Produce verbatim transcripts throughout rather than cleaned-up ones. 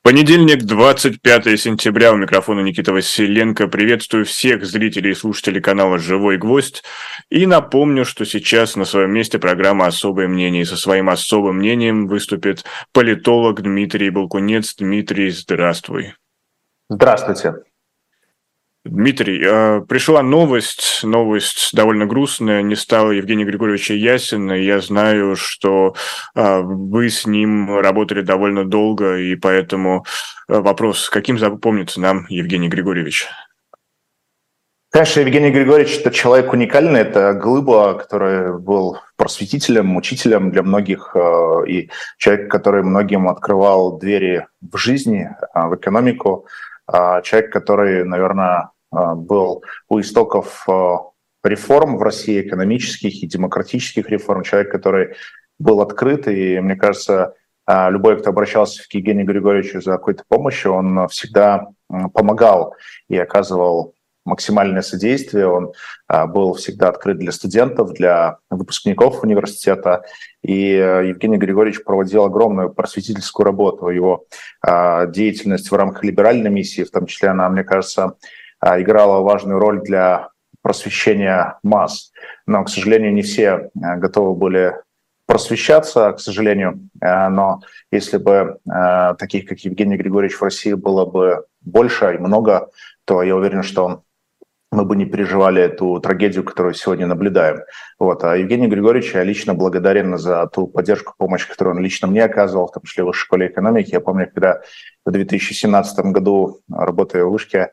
Понедельник, двадцать пятое сентября, у микрофона Никита Василенко. Приветствую всех зрителей и слушателей канала «Живой гвоздь». И напомню, что сейчас на своем месте программа «Особое мнение». И со своим особым мнением выступит политолог Дмитрий Балкунец. Дмитрий, здравствуй. Здравствуйте. Дмитрий, э, пришла новость, новость довольно грустная, не стало Евгения Григорьевича Ясина. Я знаю, что э, вы с ним работали довольно долго, и поэтому э, вопрос, каким запомнится нам Евгений Григорьевич? Конечно, Евгений Григорьевич – это человек уникальный, это глыба, который был просветителем, учителем для многих, э, и человек, который многим открывал двери в жизни, э, в экономику, э, человек, который, наверное, был у истоков реформ в России, экономических и демократических реформ, человек, который был открыт, и, мне кажется, любой, кто обращался к Евгению Григорьевичу за какой-то помощью, он всегда помогал и оказывал максимальное содействие, он был всегда открыт для студентов, для выпускников университета, и Евгений Григорьевич проводил огромную просветительскую работу. Его деятельность в рамках либеральной миссии, в том числе, она, мне кажется, играла важную роль для просвещения масс. Но, к сожалению, не все готовы были просвещаться, к сожалению. Но если бы таких, как Евгений Григорьевич, в России было бы больше и много, то я уверен, что мы бы не переживали эту трагедию, которую сегодня наблюдаем. Вот. А Евгению Григорьевичу я лично благодарен за ту поддержку, помощь, которую он лично мне оказывал, в том числе в Высшей школе экономики. Я помню, когда в две тысячи семнадцатом году, работая в Вышке,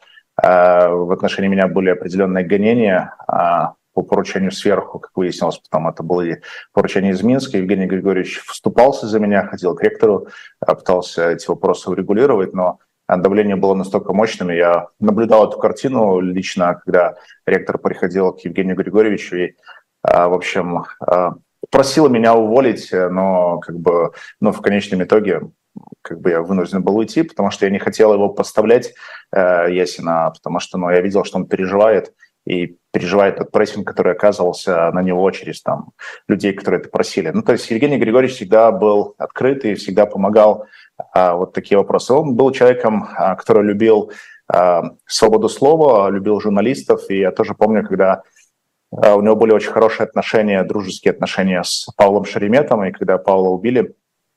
в отношении меня были определенные гонения по поручению сверху, как выяснилось, потом это было поручение из Минска. Евгений Григорьевич вступался за меня, ходил к ректору, пытался эти вопросы урегулировать, но давление было настолько мощным. Я наблюдал эту картину лично, когда ректор приходил к Евгению Григорьевичу и, в общем, просила меня уволить, но как бы, но в конечном итоге как бы я вынужден был уйти, потому что я не хотел его подставлять, э, Ясина, потому что ну, я видел, что он переживает, и переживает тот прессинг, который оказывался на него через там, людей, которые это просили. Ну, то есть Евгений Григорьевич всегда был открыт и всегда помогал э, вот такие вопросы. Он был человеком, э, который любил э, свободу слова, любил журналистов, и я тоже помню, когда э, у него были очень хорошие отношения, дружеские отношения с Павлом Шереметом, и когда Павла убили,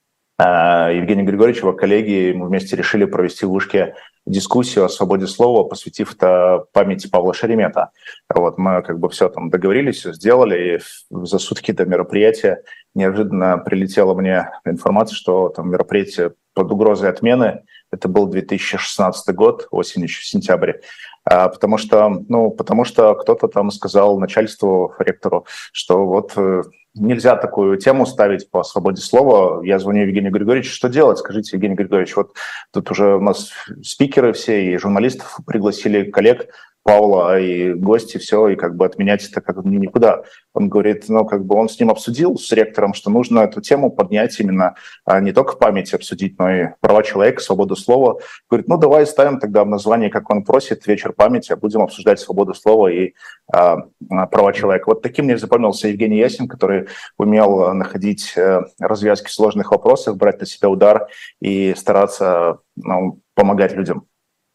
Евгений Григорьевич, его коллеги, мы вместе решили провести в Вышке дискуссию о свободе слова, посвятив это памяти Павла Шеремета. Вот, мы как бы все там договорились, все сделали, и за сутки до мероприятия неожиданно прилетела мне информация, что там мероприятие под угрозой отмены. Это был две тысячи шестнадцатый год, осень, еще сентябрь. А, потому что, ну, потому что кто-то там сказал начальству, ректору, что вот нельзя такую тему ставить по свободе слова. Я звоню Евгению Григорьевичу, что делать? Скажите, Евгений Григорьевич, вот тут уже у нас спикеры все и журналистов пригласили, коллег Павла и гости, все, и как бы отменять это как бы никуда. Он говорит, ну, как бы он с ним обсудил, с ректором, что нужно эту тему поднять именно а не только в памяти обсудить, но и права человека, свободу слова. Говорит, ну, давай ставим тогда в названии, как он просит, вечер памяти, а будем обсуждать свободу слова и а, права человека. Вот таким мне запомнился Евгений Ясин, который умел находить развязки сложных вопросов, брать на себя удар и стараться, ну, помогать людям.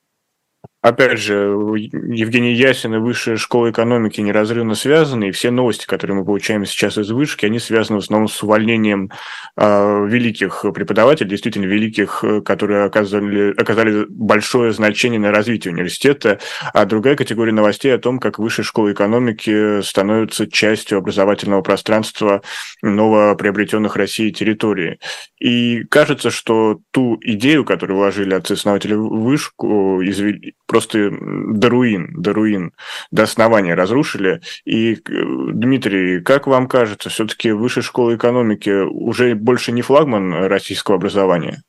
Опять же, Евгений Ясин и Высшая школа экономики неразрывно связаны, и все новости, которые мы получаем сейчас из Вышки, они связаны в основном с увольнением э, великих преподавателей, действительно великих, которые оказали, оказали большое значение на развитие университета. А другая категория новостей о том, как Высшая школа экономики становится частью образовательного пространства новоприобретенных Россией территорий. И кажется, что ту идею, которую вложили отцы-основатели в Вышку, извели просто до руин, до руин, до основания разрушили. И, Дмитрий, как вам кажется, все-таки Высшая школа экономики уже больше не флагман российского образования?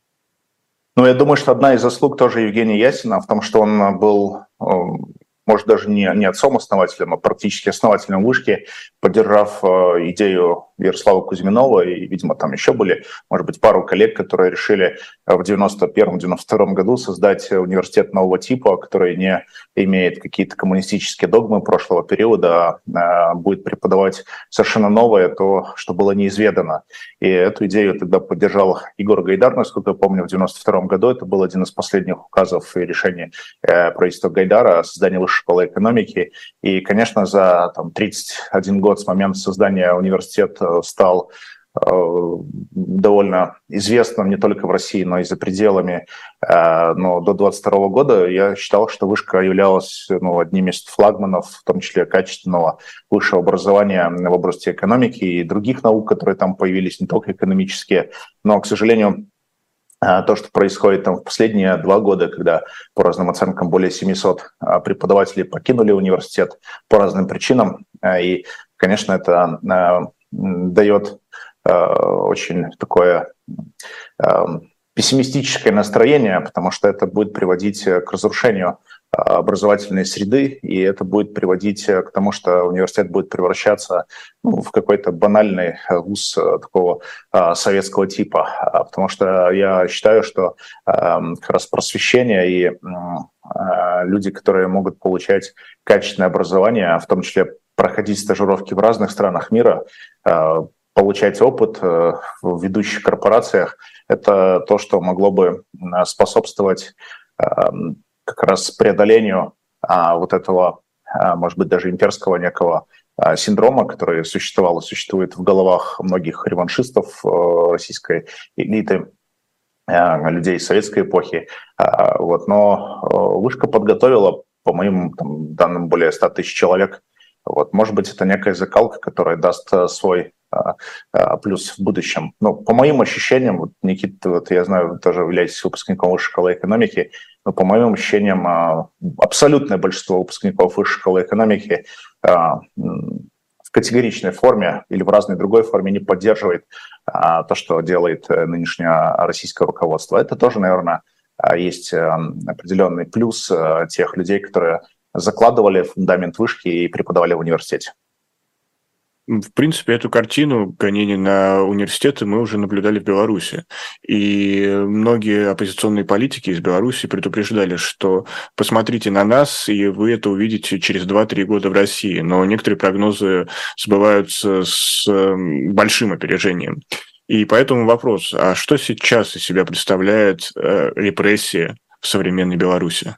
Ну, я думаю, что одна из заслуг тоже Евгения Ясина в том, что он был, может, даже не, не отцом-основателем, а практически основателем Вышки, поддержав идею Ярослава Кузьминова, и, видимо, там еще были, может быть, пару коллег, которые решили в девяносто первом — девяносто втором году создать университет нового типа, который не имеет какие-то коммунистические догмы прошлого периода, а будет преподавать совершенно новое, то, что было неизведано. И эту идею тогда поддержал Егор Гайдар, насколько я помню, в девяносто втором году. Это был один из последних указов и решений э, правительства Гайдара о создании высшей школы экономики. И, конечно, за там, тридцать один год с момента создания университета стал э, довольно известным не только в России, но и за пределами. Э, но до двадцать второго года я считал, что вышка являлась ну, одним из флагманов, в том числе качественного высшего образования в области экономики и других наук, которые там появились, не только экономические. Но, к сожалению, то, что происходит там в последние два года, когда по разным оценкам более семисот преподавателей покинули университет по разным причинам, и, конечно, это дает очень такое пессимистическое настроение, потому что это будет приводить к разрушению образовательной среды, и это будет приводить к тому, что университет будет превращаться ну, в какой-то банальный вуз такого а, советского типа. Потому что я считаю, что а, как раз просвещение и а, люди, которые могут получать качественное образование, в том числе проходить стажировки в разных странах мира, а, получать опыт а, в ведущих корпорациях, это то, что могло бы способствовать а, как раз преодолению а, вот этого, а, может быть, даже имперского некого а, синдрома, который существовал и существует в головах многих реваншистов а, российской элиты, а, людей советской эпохи. А, вот. Но а, вышка подготовила, по моим там, данным, более ста тысяч человек. Вот. Может быть, это некая закалка, которая даст свой а, а, плюс в будущем. Но по моим ощущениям, вот, Никита, вот я знаю, вы тоже являетесь выпускником Высшей школы экономики, но по моим ощущениям, а, абсолютное большинство выпускников Высшей школы экономики а, в категоричной форме или в разной другой форме не поддерживает а, то, что делает нынешнее российское руководство. Это тоже, наверное, есть определенный плюс тех людей, которые закладывали фундамент вышки и преподавали в университете. В принципе, эту картину гонений на университеты мы уже наблюдали в Беларуси. И многие оппозиционные политики из Беларуси предупреждали, что посмотрите на нас, и вы это увидите через два-три года в России. Но некоторые прогнозы сбываются с большим опережением. И поэтому вопрос, а что сейчас из себя представляет э, репрессия в современной Беларуси?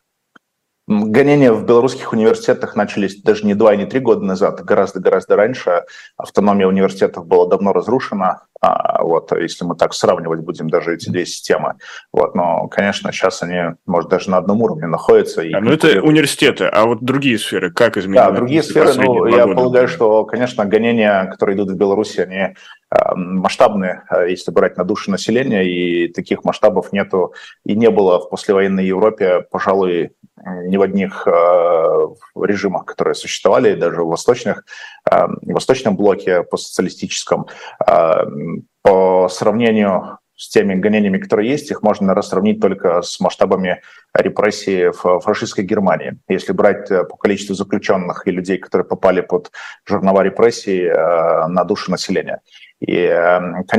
Гонения в белорусских университетах начались даже не два и не три года назад, а гораздо-гораздо раньше. Автономия университетов была давно разрушена, а, вот, если мы так сравнивать будем даже эти две системы. Вот, но, конечно, сейчас они, может, даже на одном уровне находятся. И а, ну, это университеты, а вот другие сферы, как изменились? Да, другие сферы, ну, я года? полагаю, что, конечно, гонения, которые идут в Беларуси, они масштабные, если брать на душу населения, и таких масштабов нету и не было в послевоенной Европе, пожалуй, ни в одних э, режимах, которые существовали, даже в восточных, э, в восточном блоке постсоциалистическом. Э, по сравнению с теми гонениями, которые есть, их можно, наверное, сравнить только с масштабами репрессий в фашистской Германии. Если брать по количеству заключенных и людей, которые попали под жернова репрессий э, на душу населения. И, э,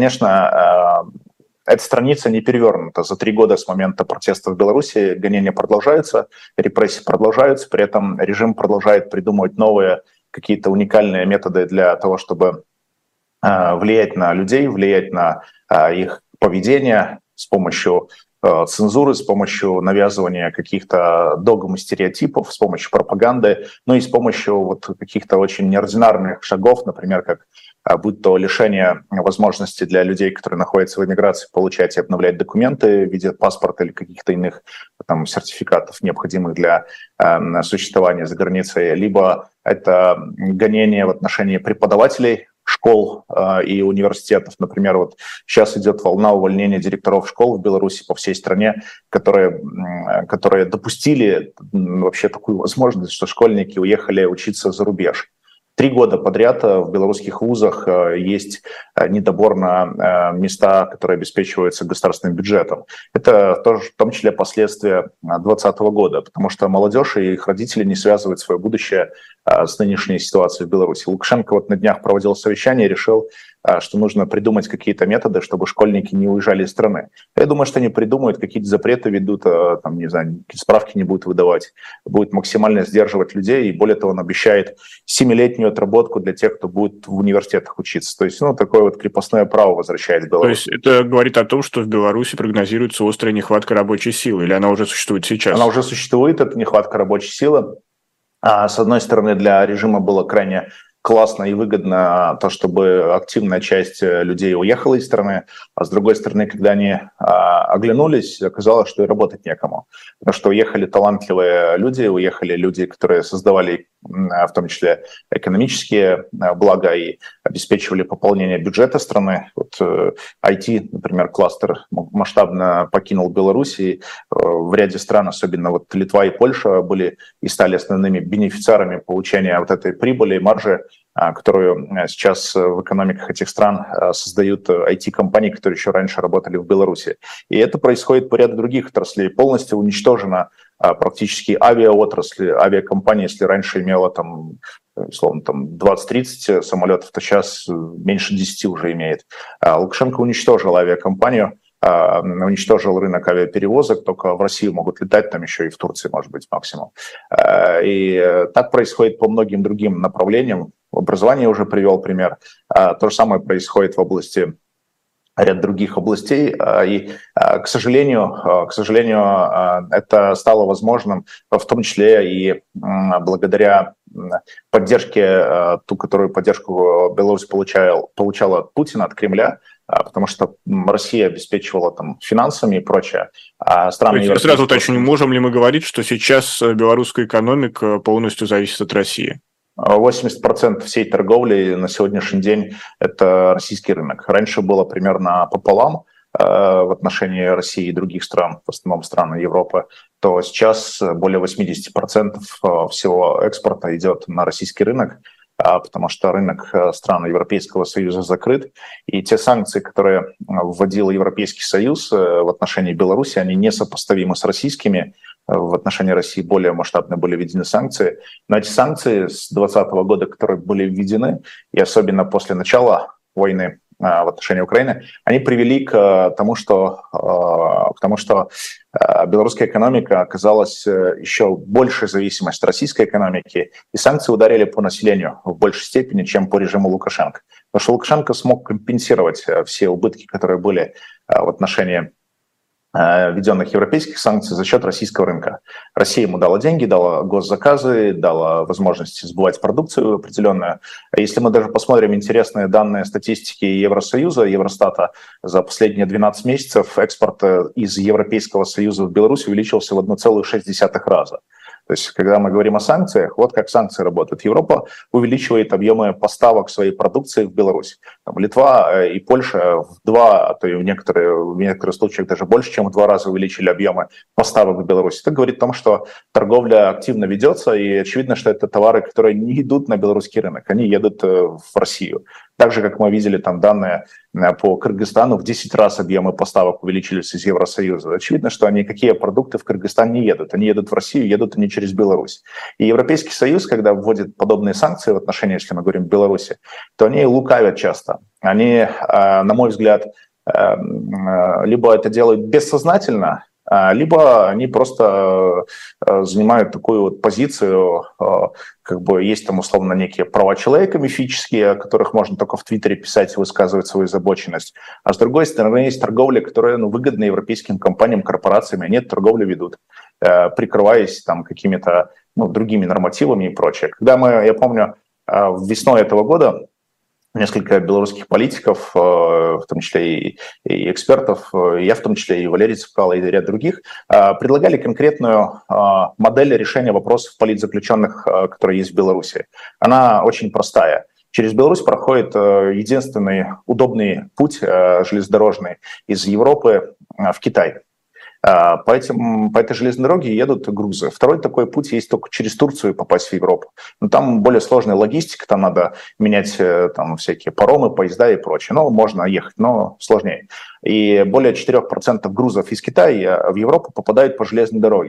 конечно, э, эта страница не перевернута. За три года с момента протеста в Беларуси гонения продолжаются, репрессии продолжаются, при этом режим продолжает придумывать новые какие-то уникальные методы для того, чтобы э, влиять на людей, влиять на э, их поведение с помощью э, цензуры, с помощью навязывания каких-то догм и стереотипов, с помощью пропаганды, ну и с помощью вот каких-то очень неординарных шагов, например, как будь то лишение возможности для людей, которые находятся в эмиграции, получать и обновлять документы в виде паспорта или каких-то иных там, сертификатов, необходимых для э, существования за границей, либо это гонение в отношении преподавателей школ э, и университетов. Например, вот сейчас идет волна увольнения директоров школ в Беларуси по всей стране, которые, э, которые допустили э, вообще такую возможность, что школьники уехали учиться за рубеж. Три года подряд в белорусских вузах есть недобор на места, которые обеспечиваются государственным бюджетом. Это тоже в том числе последствия двадцатого года, потому что молодежь и их родители не связывают свое будущее с нынешней ситуацией в Беларуси. Лукашенко вот на днях проводил совещание и решил что нужно придумать какие-то методы, чтобы школьники не уезжали из страны. Я думаю, что они придумают, какие-то запреты ведут, там, не знаю, справки не будут выдавать, будет максимально сдерживать людей, и более того, он обещает семилетнюю отработку для тех, кто будет в университетах учиться. То есть, ну, такое вот крепостное право возвращает в Беларусь. То есть это говорит о том, что в Беларуси прогнозируется острая нехватка рабочей силы, или она уже существует сейчас? Она уже существует, это нехватка рабочей силы. А, с одной стороны, для режима было крайне классно и выгодно то, чтобы активная часть людей уехала из страны, а с другой стороны, когда они а, оглянулись, оказалось, что и работать некому. Потому что уехали талантливые люди, уехали люди, которые создавали в том числе экономические блага и обеспечивали пополнение бюджета страны. Вот ай ти, например, кластер масштабно покинул Беларусь, и в ряде стран, особенно вот Литва и Польша, были и стали основными бенефициарами получения вот этой прибыли и маржи, которую сейчас в экономиках этих стран создают ай ти-компании, которые еще раньше работали в Беларуси. И это происходит по ряду других отраслей. Полностью уничтожена практически авиаотрасль, авиакомпания, если раньше имела там, условно, там двадцать-тридцать самолетов, то сейчас меньше десяти уже имеет. Лукашенко уничтожил авиакомпанию, уничтожил рынок авиаперевозок, только в Россию могут летать, там еще и в Турции, может быть, максимум. И так происходит по многим другим направлениям. В образовании уже привел пример. То же самое происходит в области ряд других областей, и, к сожалению, к сожалению, это стало возможным, в том числе и благодаря поддержке, ту, которую поддержку Беларусь получала, получала от Путина, от Кремля, потому что Россия обеспечивала там финансами и прочее. А страны есть, сразу уточню, можем ли мы говорить, что сейчас белорусская экономика полностью зависит от России? восемьдесят процентов всей торговли на сегодняшний день – это российский рынок. Раньше было примерно пополам э, в отношении России и других стран, в основном стран Европы, то сейчас более восемьдесят процентов всего экспорта идет на российский рынок, потому что рынок стран Европейского Союза закрыт, и те санкции, которые вводил Европейский Союз в отношении Беларуси, они несопоставимы с российскими. В отношении России более масштабно были введены санкции. Но эти санкции с двадцатого года, которые были введены, и особенно после начала войны в отношении Украины, они привели к тому, что, к тому, что белорусская экономика оказалась еще большей зависимостью от российской экономики, и санкции ударили по населению в большей степени, чем по режиму Лукашенко. Потому что Лукашенко смог компенсировать все убытки, которые были в отношении введенных европейских санкций за счет российского рынка. Россия ему дала деньги, дала госзаказы, дала возможность сбывать продукцию определенную. Если мы даже посмотрим интересные данные статистики Евросоюза, Евростата, за последние двенадцать месяцев экспорт из Европейского Союза в Беларусь увеличился в один целых шесть десятых раза. То есть, когда мы говорим о санкциях, вот как санкции работают. Европа увеличивает объемы поставок своей продукции в Беларусь. Там, Литва и Польша в два, а то и в, некоторые, в некоторых случаях даже больше, чем в два раза увеличили объемы поставок в Беларусь. Это говорит о том, что торговля активно ведется, и очевидно, что это товары, которые не идут на белорусский рынок, они едут в Россию. Так же, как мы видели там данные по Кыргызстану, в десять раз объемы поставок увеличились из Евросоюза. Очевидно, что никакие продукты в Кыргызстан не едут. Они едут в Россию, едут они через Беларусь. И Европейский Союз, когда вводит подобные санкции в отношении, если мы говорим, Беларуси, то они лукавят часто. Они, на мой взгляд, либо это делают бессознательно, либо они просто занимают такую вот позицию, как бы есть там условно некие права человека мифические, о которых можно только в Твиттере писать и высказывать свою озабоченность. А с другой стороны, есть торговля, которая ну, выгодна европейским компаниям, корпорациям, они эту торговлю ведут, прикрываясь там какими-то ну, другими нормативами и прочее. Когда мы, я помню, весной этого года несколько белорусских политиков, в том числе и, и экспертов, я в том числе и Валерий Цепкало, и ряд других, предлагали конкретную модель решения вопросов политзаключенных, которые есть в Беларуси. Она очень простая. Через Беларусь проходит единственный удобный путь железнодорожный из Европы в Китай. По, этим, по этой железной дороге едут грузы. Второй такой путь есть только через Турцию попасть в Европу. Но там более сложная логистика, там надо менять там, всякие паромы, поезда и прочее. Ну, можно ехать, но сложнее. И более четыре процента грузов из Китая в Европу попадают по железной дороге.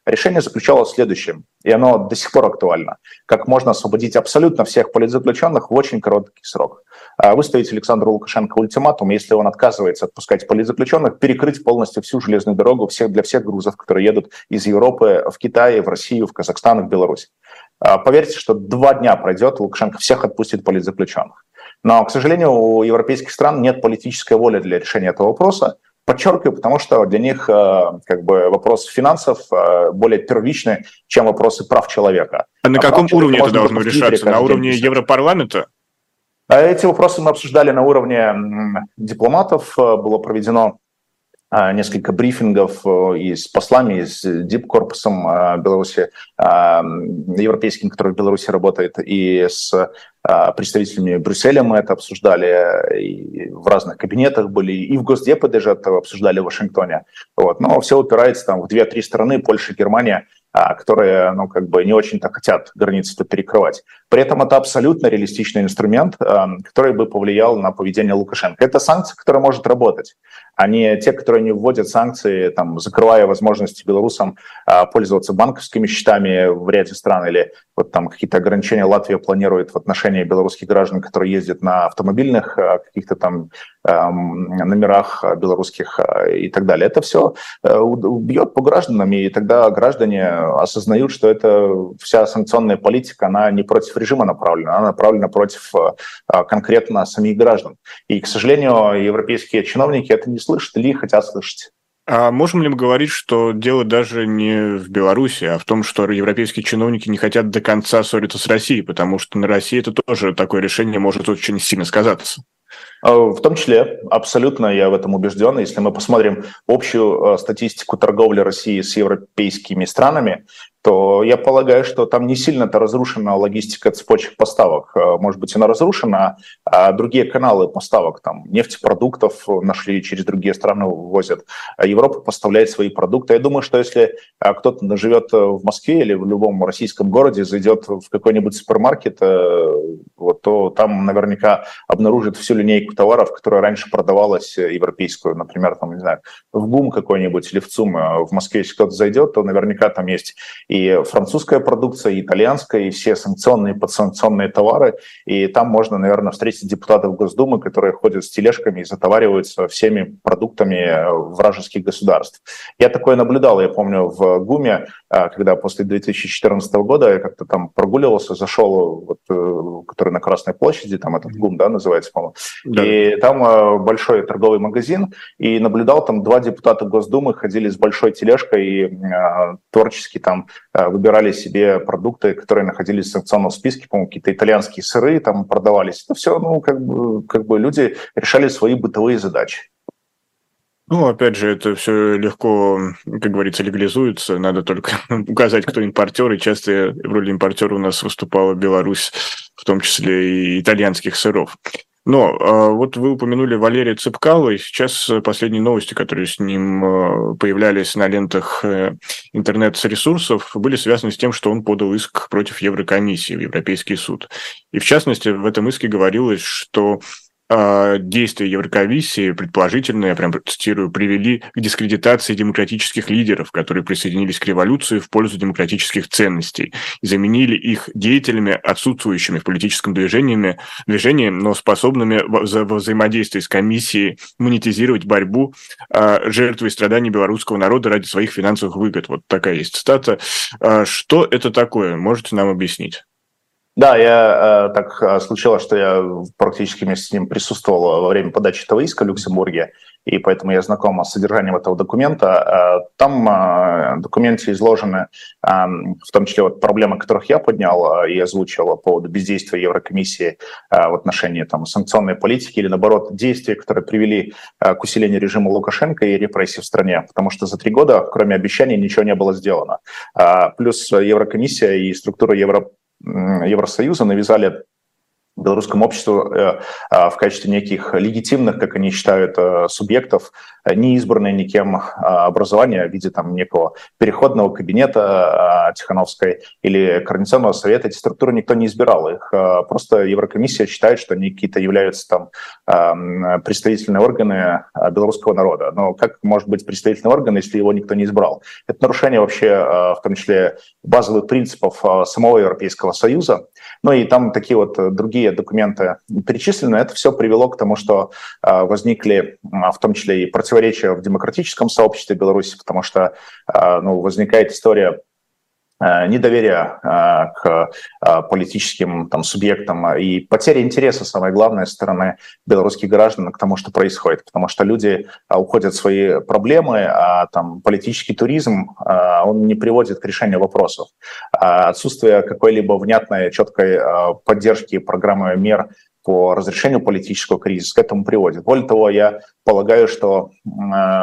Решение заключалось в следующем, и оно до сих пор актуально. Как можно освободить абсолютно всех политзаключенных в очень короткий срок. Выставить Александру Лукашенко ультиматум, если он отказывается отпускать политзаключенных, перекрыть полностью всю железную дорогу всех, для всех грузов, которые едут из Европы в Китай, в Россию, в Казахстан, в Беларусь. Поверьте, что два дня пройдет, Лукашенко всех отпустит политзаключенных. Но, к сожалению, у европейских стран нет политической воли для решения этого вопроса. Подчеркиваю, потому что для них как бы вопрос финансов более первичный, чем вопросы прав человека. А на а каком уровне это должно решаться? На уровне Европарламента? Эти вопросы мы обсуждали на уровне дипломатов. Было проведено несколько брифингов и с послами, и с дипкорпусом Беларуси, европейским, который в Беларуси работает, и с представителями Брюсселя мы это обсуждали, и в разных кабинетах были, и в Госдепе даже это обсуждали в Вашингтоне. Вот. Но все упирается там в две-три страны, Польша, Германия, которые, ну, как бы не очень-то хотят границы-то перекрывать. При этом это абсолютно реалистичный инструмент, который бы повлиял на поведение Лукашенко. Это санкция, которая может работать, а не те, которые не вводят санкции, там, закрывая возможности белорусам пользоваться банковскими счетами в ряде стран, или вот там какие-то ограничения Латвия планирует в отношении белорусских граждан, которые ездят на автомобильных каких-то там номерах белорусских и так далее. Это все бьет по гражданам, и тогда граждане осознают, что это вся санкционная политика, она не против режима направлена, она направлена против конкретно самих граждан. И, к сожалению, европейские чиновники это не слышат или хотят слышать. А можем ли мы говорить, что дело даже не в Беларуси, а в том, что европейские чиновники не хотят до конца ссориться с Россией, потому что на России это тоже такое решение может очень сильно сказаться? В том числе, абсолютно я в этом убежден. Если мы посмотрим общую статистику торговли России с европейскими странами, то я полагаю, что там не сильно-то разрушена логистика цепочек поставок. Может быть, она разрушена, а другие каналы поставок, там, нефтепродуктов нашли, через другие страны ввозят. Европа поставляет свои продукты. Я думаю, что если кто-то живет в Москве или в любом российском городе, зайдет в какой-нибудь супермаркет, вот, то там наверняка обнаружит всю линейку товаров, которая раньше продавалась европейскую, например, там, не знаю, в ГУМ какой-нибудь или в ЦУМ. В Москве, если кто-то зайдет, то наверняка там есть и французская продукция, и итальянская, и все санкционные и подсанкционные товары. И там можно, наверное, встретить депутатов Госдумы, которые ходят с тележками и затовариваются всеми продуктами вражеских государств. Я такое наблюдал, я помню, в ГУМе, когда после две тысячи четырнадцатого года я как-то там прогуливался, зашел, вот, который на Красной площади, там этот ГУМ, да, называется, по-моему, да. И там большой торговый магазин, и наблюдал, там два депутата Госдумы ходили с большой тележкой и э, творчески там выбирали себе продукты, которые находились в санкционном списке, по-моему, какие-то итальянские сыры там продавались. Это все, ну, как бы, как бы люди решали свои бытовые задачи. Ну, опять же, это все легко, как говорится, легализуется. Надо только указать, кто импортер, и часто в роли импортера у нас выступала Беларусь, в том числе и итальянских сыров. Но э, вот вы упомянули Валерия Цепкало, и сейчас последние новости, которые с ним э, появлялись на лентах э, интернет-ресурсов, были связаны с тем, что он подал иск против Еврокомиссии в Европейский суд. И в частности, в этом иске говорилось, что э, действия Еврокомиссии, предположительно, я прям цитирую, привели к дискредитации демократических лидеров, которые присоединились к революции в пользу демократических ценностей и заменили их деятелями, отсутствующими в политическом движении, движении но способными во взаимодействии с комиссией монетизировать борьбу э, жертвы и страданий белорусского народа ради своих финансовых выгод. Вот такая есть цитата. Э, что это такое? Можете нам объяснить? Да, я э, так случилось, что я практически вместе с ним присутствовал во время подачи этого иска в Люксембурге, и поэтому я знаком с содержанием этого документа. Там в документе изложены в том числе вот проблемы, которых я поднял и озвучил по поводу бездействия Еврокомиссии в отношении там, санкционной политики или, наоборот, действий, которые привели к усилению режима Лукашенко и репрессий в стране, потому что за три года, кроме обещаний, ничего не было сделано. Плюс Еврокомиссия и структура Евро Евросоюза навязали белорусскому обществу в качестве неких легитимных, как они считают, субъектов не избранное никем образование в виде там некого переходного кабинета Тихановской или Координационного совета. Эти структуры никто не избирал. Их просто Еврокомиссия считает, что они какие-то являются там представительные органы белорусского народа. Но как может быть представительный орган, если его никто не избрал? Это нарушение вообще, в том числе, базовых принципов самого Европейского Союза. Ну и там такие вот другие документы перечислены. Это все привело к тому, что возникли в том числе и противоречия в демократическом сообществе Беларуси, потому что ну, возникает история недоверия к политическим там, субъектам и потеря интереса, самое главное, со стороны белорусских граждан к тому, что происходит. Потому что люди уходят в свои проблемы, а там, политический туризм, он не приводит к решению вопросов. Отсутствие какой-либо внятной, четкой поддержки программы мер по разрешению политического кризиса к этому приводит. Более того, я полагаю, что э,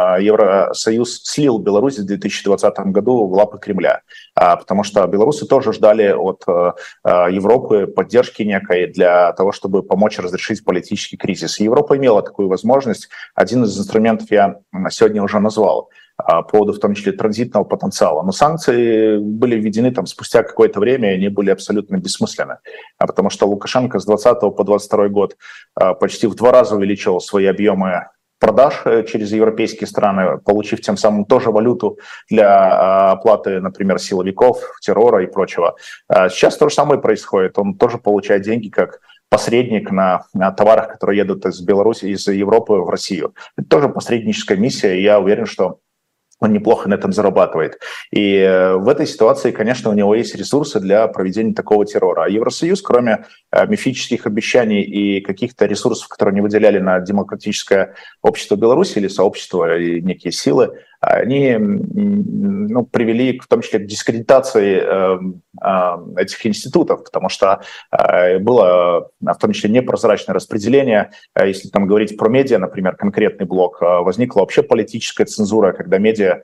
Евросоюз слил Беларусь в две тысячи двадцатом году в лапы Кремля, э, потому что белорусы тоже ждали от э, Европы поддержки некой для того, чтобы помочь разрешить политический кризис. И Европа имела такую возможность. Один из инструментов я сегодня уже назвал по поводу, в том числе, транзитного потенциала. Но санкции были введены там спустя какое-то время, и они были абсолютно бессмысленны. Потому что Лукашенко с двадцатого по двадцать второй год почти в два раза увеличил свои объемы продаж через европейские страны, получив тем самым тоже валюту для оплаты, например, силовиков, террора и прочего. Сейчас то же самое происходит. Он тоже получает деньги как посредник на, на товарах, которые едут из Беларуси, из Европы в Россию. Это тоже посредническая миссия, и я уверен, что он неплохо на этом зарабатывает. И в этой ситуации, конечно, у него есть ресурсы для проведения такого террора. А Евросоюз, кроме мифических обещаний и каких-то ресурсов, которые они выделяли на демократическое общество Беларуси или сообщество, или некие силы, они ну, привели в том числе к дискредитации э, э, этих институтов, потому что э, было в том числе непрозрачное распределение. Если там говорить про медиа, например, конкретный блок, возникла вообще политическая цензура, когда медиа,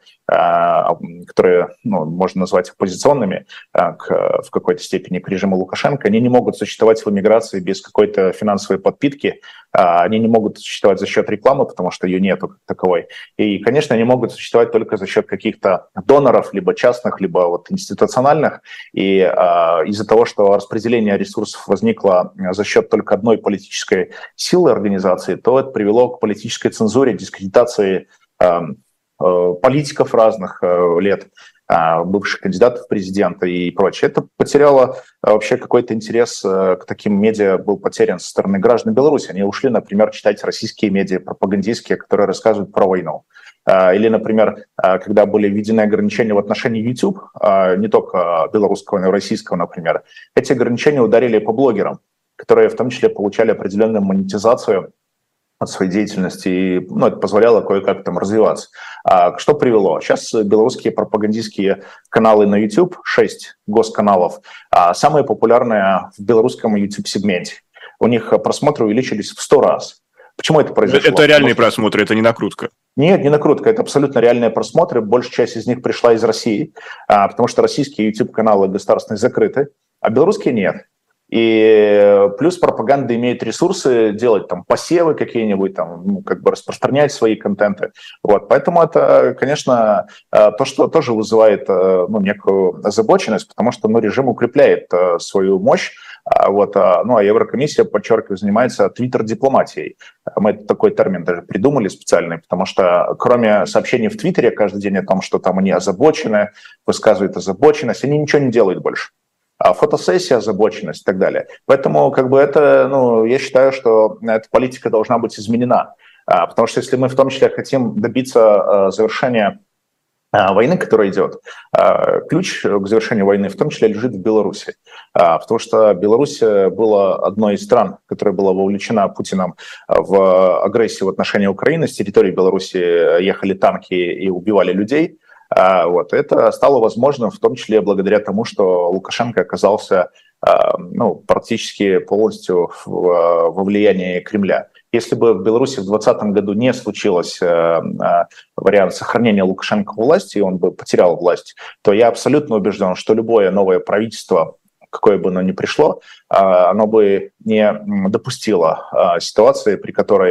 э, которые ну, можно назвать оппозиционными э, к, в какой-то степени к режиму Лукашенко, они не могут существовать в эмиграции без какой-то финансовой подпитки, э, они не могут существовать за счет рекламы, потому что ее нету как таковой. И, конечно, они могут существовать только за счет каких-то доноров, либо частных, либо вот институциональных. И э, из-за того, что распределение ресурсов возникло за счет только одной политической силы организации, то это привело к политической цензуре, дискредитации э, э, политиков разных э, лет, э, бывших кандидатов в президенты и прочее. Это потеряло э, вообще какой-то интерес э, к таким медиа, был потерян со стороны граждан Беларуси. Они ушли, например, читать российские медиа пропагандистские, которые рассказывают про войну. Или, например, когда были введены ограничения в отношении YouTube, не только белорусского, но и российского, например, эти ограничения ударили по блогерам, которые в том числе получали определенную монетизацию от своей деятельности, и ну, это позволяло кое-как там развиваться. А что привело? Сейчас белорусские пропагандистские каналы на YouTube, шесть госканалов, самые популярные в белорусском YouTube-сегменте. У них просмотры увеличились в сто раз. Почему это произошло? Это реальные Потому просмотры, это не накрутка. Нет, не накрутка, это абсолютно реальные просмотры. Большая часть из них пришла из России, потому что российские YouTube-каналы государственные закрыты, а белорусские нет. И плюс пропаганда имеет ресурсы делать там посевы какие-нибудь, там, ну, как бы распространять свои контенты. Вот. Поэтому это, конечно, то, что тоже вызывает ну, некую озабоченность, потому что ну, режим укрепляет свою мощь. Вот, ну, а Еврокомиссия, подчеркиваю, занимается твиттер-дипломатией. Мы такой термин даже придумали специальный, потому что кроме сообщений в Твиттере каждый день о том, что там они озабочены, высказывают озабоченность, они ничего не делают больше. А фотосессия, озабоченность и так далее. Поэтому как бы это, ну, я считаю, что эта политика должна быть изменена. Потому что если мы в том числе хотим добиться завершения войны, которая идет, ключ к завершению войны в том числе лежит в Беларуси. Потому что Беларусь была одной из стран, которая была вовлечена Путиным в агрессию в отношении Украины. С территории Беларуси ехали танки и убивали людей. Вот. Это стало возможным в том числе благодаря тому, что Лукашенко оказался ну, практически полностью во влиянии Кремля. Если бы в Беларуси в двадцатом году не случилось э, э, вариант сохранения Лукашенко у власти, и он бы потерял власть, то я абсолютно убежден, что любое новое правительство, какое бы оно ни пришло, э, оно бы не допустило э, ситуации, при которой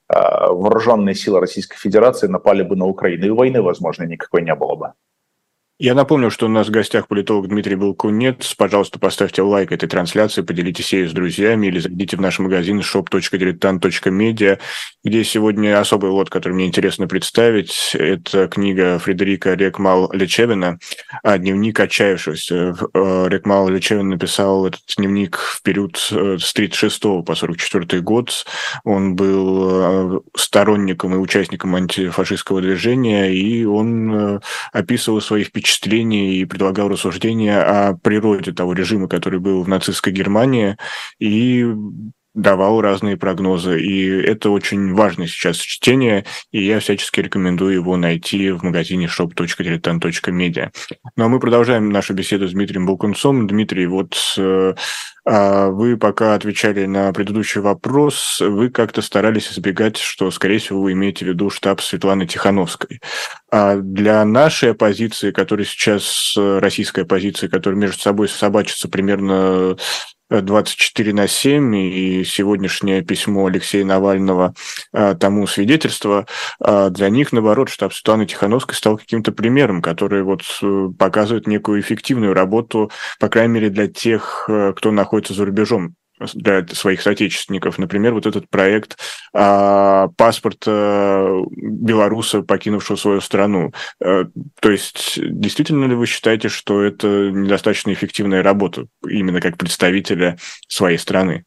вооруженные силы Российской Федерации напали бы на Украину, и войны, возможно, никакой не было бы. Я напомню, что у нас в гостях политолог Дмитрий Балкунец. Пожалуйста, поставьте лайк этой трансляции, поделитесь ею с друзьями или зайдите в наш магазин шоп точка дилетант точка медиа, где сегодня особый лот, который мне интересно представить. Это книга Фредерика Рекмал-Лечевина «Дневник отчаявшегося». Рекмал-Лечевин написал этот дневник в период с тридцать шестого по сорок четвёртый год. Он был сторонником и участником антифашистского движения, и он описывал свои впечатления впечатлений и предлагал рассуждения о природе того режима, который был в нацистской Германии, и давал разные прогнозы. И это очень важное сейчас чтение, и я всячески рекомендую его найти в магазине шоп точка дилетант точка медиа. Ну а мы продолжаем нашу беседу с Дмитрием Балкунцом. Дмитрий, вот э, вы пока отвечали на предыдущий вопрос, вы как-то старались избегать, что, скорее всего, вы имеете в виду штаб Светланы Тихановской. А для нашей оппозиции, которая сейчас, российской оппозиции, которая между собой собачится примерно двадцать четыре на семь, и сегодняшнее письмо Алексея Навального а, тому свидетельство, а, для них, наоборот, штаб Светланы Тихановской стал каким-то примером, который вот показывает некую эффективную работу, по крайней мере, для тех, кто находится за рубежом, для своих соотечественников. Например, вот этот проект а, паспорта белоруса, покинувшего свою страну. А, то есть, действительно ли вы считаете, что это недостаточно эффективная работа, именно как представителя своей страны?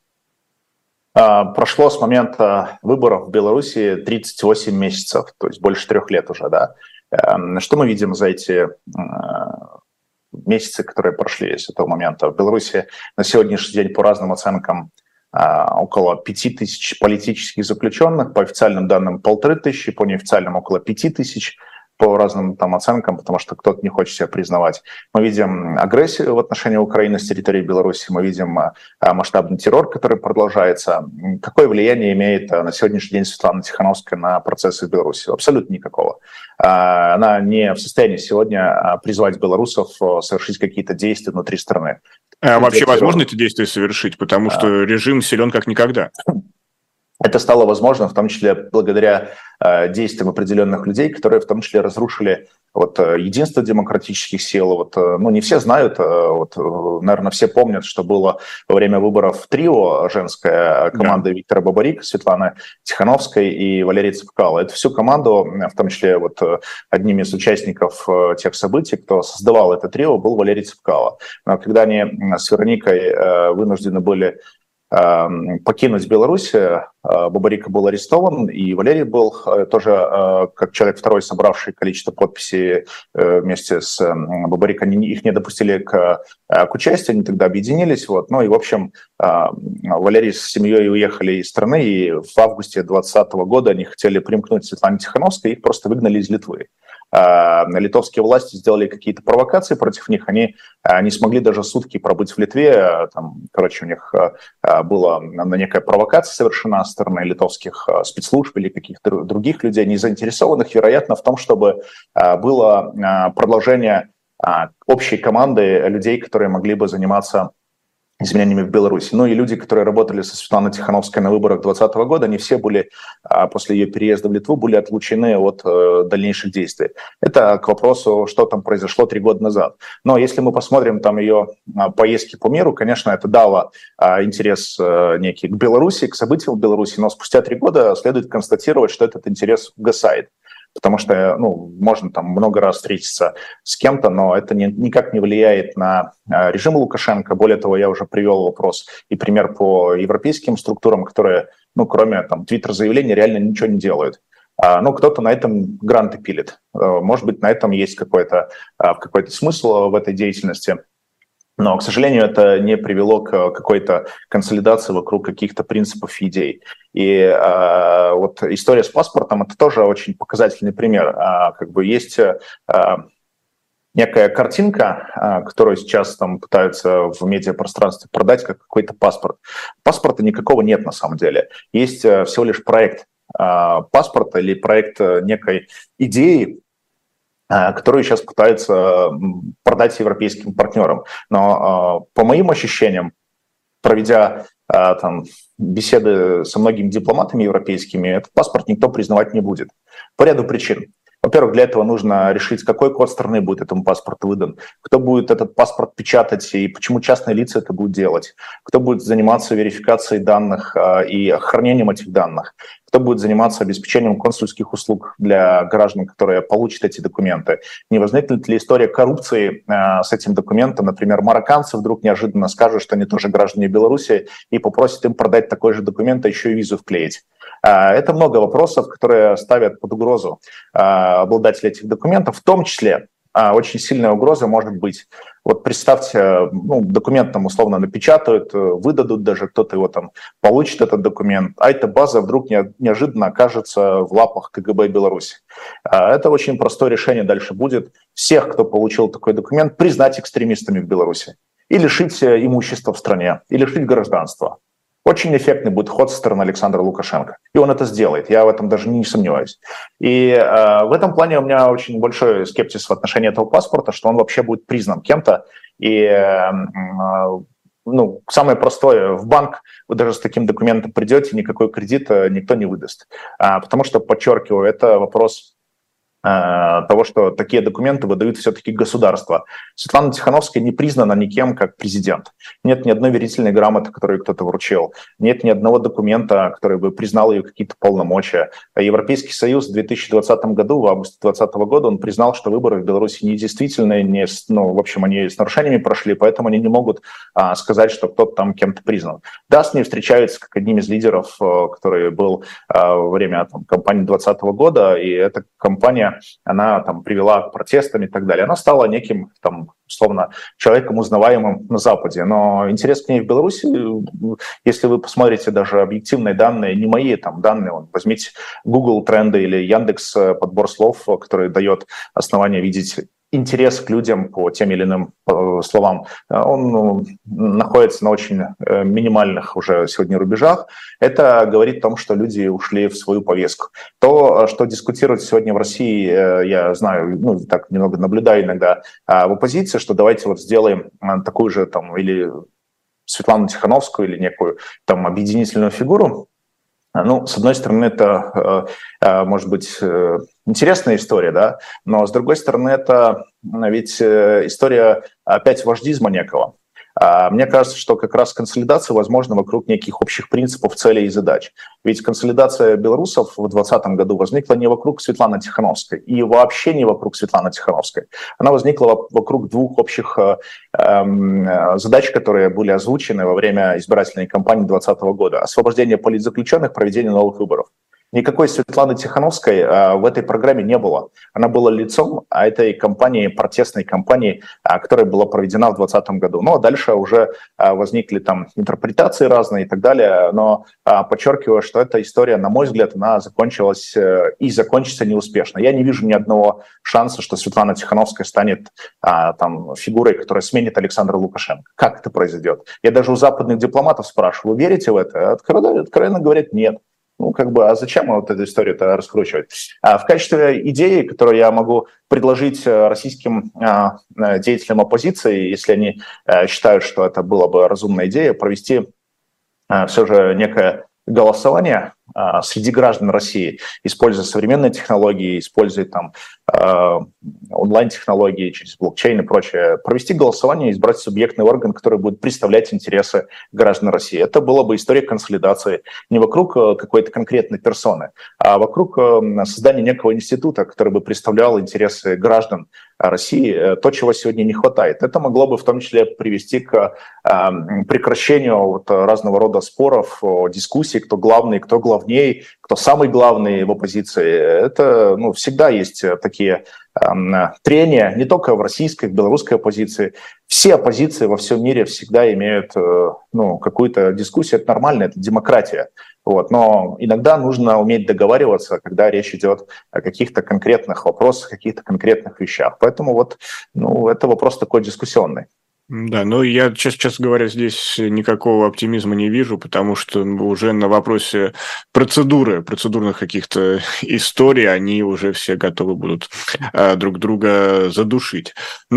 А, прошло с момента выборов в Беларуси тридцать восемь месяцев, то есть больше трех лет уже, да. А, что мы видим за эти месяцы, которые прошли с этого момента? В Беларуси на сегодняшний день, по разным оценкам, около пяти тысяч политических заключенных, по официальным данным полторы тысячи, по неофициальным около пяти тысяч, по разным там оценкам, потому что кто-то не хочет себя признавать. Мы видим агрессию в отношении Украины с территории Беларуси, мы видим масштабный террор, который продолжается. Какое влияние имеет на сегодняшний день Светлана Тихановская на процессы в Беларуси? Абсолютно никакого. Она не в состоянии сегодня призвать белорусов совершить какие-то действия внутри страны. А вообще возможно эти действия совершить? Потому что режим силен как никогда. Это стало возможно, в том числе благодаря э, действиям определенных людей, которые в том числе разрушили вот, единство демократических сил. Вот, ну, не все знают, вот, наверное, все помнят, что было во время выборов трио, женская команда, да, Виктора Бабарика, Светланы Тихановской и Валерии Цепкало. Это всю команду, в том числе вот, одним из участников тех событий, кто создавал это трио, был Валерий Цепкало. Но когда они с Вероникой вынуждены были покинуть Беларусь, Бабарика был арестован, и Валерий был тоже, как человек второй, собравший количество подписей вместе с Бабарикой, они их не допустили к, к участию, они тогда объединились. Вот. Ну и, в общем, Валерий с семьей уехали из страны, и в августе двадцатого года они хотели примкнуть к Светлане Тихановской, их просто выгнали из Литвы. Литовские власти сделали какие-то провокации против них, они не смогли даже сутки пробыть в Литве, там, короче, у них была некая провокация совершена со стороны литовских спецслужб или каких-то других людей, не заинтересованных, вероятно, в том, чтобы было продолжение общей команды людей, которые могли бы заниматься изменениями в Беларуси. Ну и люди, которые работали со Светланой Тихановской на выборах двадцатого года, они все были, после ее переезда в Литву, были отлучены от дальнейших действий. Это к вопросу, что там произошло три года назад. Но если мы посмотрим там ее поездки по миру, конечно, это дало интерес некий к Беларуси, к событиям в Беларуси, но спустя три года следует констатировать, что этот интерес угасает. Потому что, ну, можно там много раз встретиться с кем-то, но это не, никак не влияет на э, режим Лукашенко. Более того, я уже привел вопрос и пример по европейским структурам, которые, ну, кроме там твиттер-заявлений, реально ничего не делают. А, ну, кто-то на этом гранты пилит. А, может быть, на этом есть какой-то, а, какой-то смысл в этой деятельности. Но, к сожалению, это не привело к какой-то консолидации вокруг каких-то принципов и идей. И э, вот история с паспортом – это тоже очень показательный пример. А, как бы есть э, некая картинка, э, которую сейчас там пытаются в медиапространстве продать как какой-то паспорт. Паспорта никакого нет на самом деле. Есть э, всего лишь проект э, паспорта или проект э, некой идеи, которую сейчас пытаются продать европейским партнерам. Но по моим ощущениям, проведя там, беседы со многими дипломатами европейскими, этот паспорт никто признавать не будет. По ряду причин. Во-первых, для этого нужно решить, какой код страны будет этому паспорту выдан, кто будет этот паспорт печатать и почему частные лица это будут делать, кто будет заниматься верификацией данных и хранением этих данных, кто будет заниматься обеспечением консульских услуг для граждан, которые получат эти документы. Не возникнет ли история коррупции с этим документом? Например, марокканцы вдруг неожиданно скажут, что они тоже граждане Беларуси, и попросят им продать такой же документ, а еще и визу вклеить. Это много вопросов, которые ставят под угрозу обладателей этих документов, в том числе очень сильная угроза может быть. Вот представьте, ну, документ там условно напечатают, выдадут даже, кто-то его там получит, этот документ, а эта база вдруг неожиданно окажется в лапах КГБ Беларуси. Это очень простое решение дальше будет всех, кто получил такой документ, признать экстремистами в Беларуси и лишить имущества в стране, и лишить гражданства. Очень эффектный будет ход со стороны Александра Лукашенко. И он это сделает, я в этом даже не сомневаюсь. И э, в этом плане у меня очень большой скепсис в отношении этого паспорта, что он вообще будет признан кем-то. И э, ну, самое простое, в банк вы даже с таким документом придете, никакой кредит никто не выдаст. А, потому что, подчеркиваю, это вопрос того, что такие документы выдают все-таки государство. Светлана Тихановская не признана никем как президент. Нет ни одной верительной грамоты, которую кто-то вручил. Нет ни одного документа, который бы признал ее какие-то полномочия. Европейский Союз в две тысячи двадцатом году, в августе две тысячи двадцатого года, он признал, что выборы в Беларуси недействительные, не, ну, в общем, они с нарушениями прошли, поэтому они не могут а, сказать, что кто-то там кем-то признан. Да, с ней встречаются как одним из лидеров, который был а, во время там, кампании двадцатого года, и эта кампания она там привела к протестам и так далее. Она стала неким, там, условно, человеком узнаваемым на Западе. Но интерес к ней в Беларуси, если вы посмотрите даже объективные данные, не мои там данные, вот, возьмите Google тренды или Яндекс подбор слов, который дает основание видеть интерес к людям по тем или иным э, словам, он ну, находится на очень э, минимальных уже сегодня рубежах. Это говорит о том, что люди ушли в свою повестку. То, что дискутируют сегодня в России, э, я знаю, ну, так немного наблюдаю иногда э, в оппозиции, что давайте вот сделаем э, такую же там или Светлану Тихановскую, или некую там объединительную фигуру. Ну, с одной стороны, это, может быть, интересная история, да, но с другой стороны, это ведь история опять вождизма некого. Мне кажется, что как раз консолидация возможна вокруг неких общих принципов, целей и задач. Ведь консолидация белорусов в двадцатом году возникла не вокруг Светланы Тихановской и вообще не вокруг Светланы Тихановской. Она возникла вокруг двух общих э, задач, которые были озвучены во время избирательной кампании двадцатого года. Освобождение политзаключенных, проведение новых выборов. Никакой Светланы Тихановской а, в этой программе не было. Она была лицом этой кампании, протестной кампании, а, которая была проведена в двадцатом году. Ну а дальше уже а, возникли там интерпретации разные и так далее. Но а, подчеркиваю, что эта история, на мой взгляд, она закончилась э, и закончится неуспешно. Я не вижу ни одного шанса, что Светлана Тихановская станет а, там, фигурой, которая сменит Александра Лукашенко. Как это произойдет? Я даже у западных дипломатов спрашиваю, вы верите в это? Откровенно, откровенно говорят, нет. Ну, как бы, а зачем вот эту историю-то раскручивать? А в качестве идеи, которую я могу предложить российским а, деятелям оппозиции, если они а, считают, что это была бы разумная идея, провести а, все же некое голосование а, среди граждан России, используя современные технологии, используя там а, онлайн-технологии через блокчейн и прочее, провести голосование и избрать субъектный орган, который будет представлять интересы граждан России. Это была бы история консолидации не вокруг какой-то конкретной персоны, а вокруг создания некого института, который бы представлял интересы граждан России, то, чего сегодня не хватает. Это могло бы в том числе привести к прекращению вот разного рода споров, дискуссий, кто главный, кто главней, кто самый главный в оппозиции. Это ну, всегда есть такие трения, не только в российской, в белорусской оппозиции. Все оппозиции во всем мире всегда имеют ну, какую-то дискуссию, это нормально, это демократия. Вот. Но иногда нужно уметь договариваться, когда речь идет о каких-то конкретных вопросах, каких-то конкретных вещах. Поэтому вот, ну, это вопрос такой дискуссионный. Да, но я, честно, честно говоря, здесь никакого оптимизма не вижу, потому что уже на вопросе процедуры, процедурных каких-то историй, они уже все готовы будут а, друг друга задушить. Но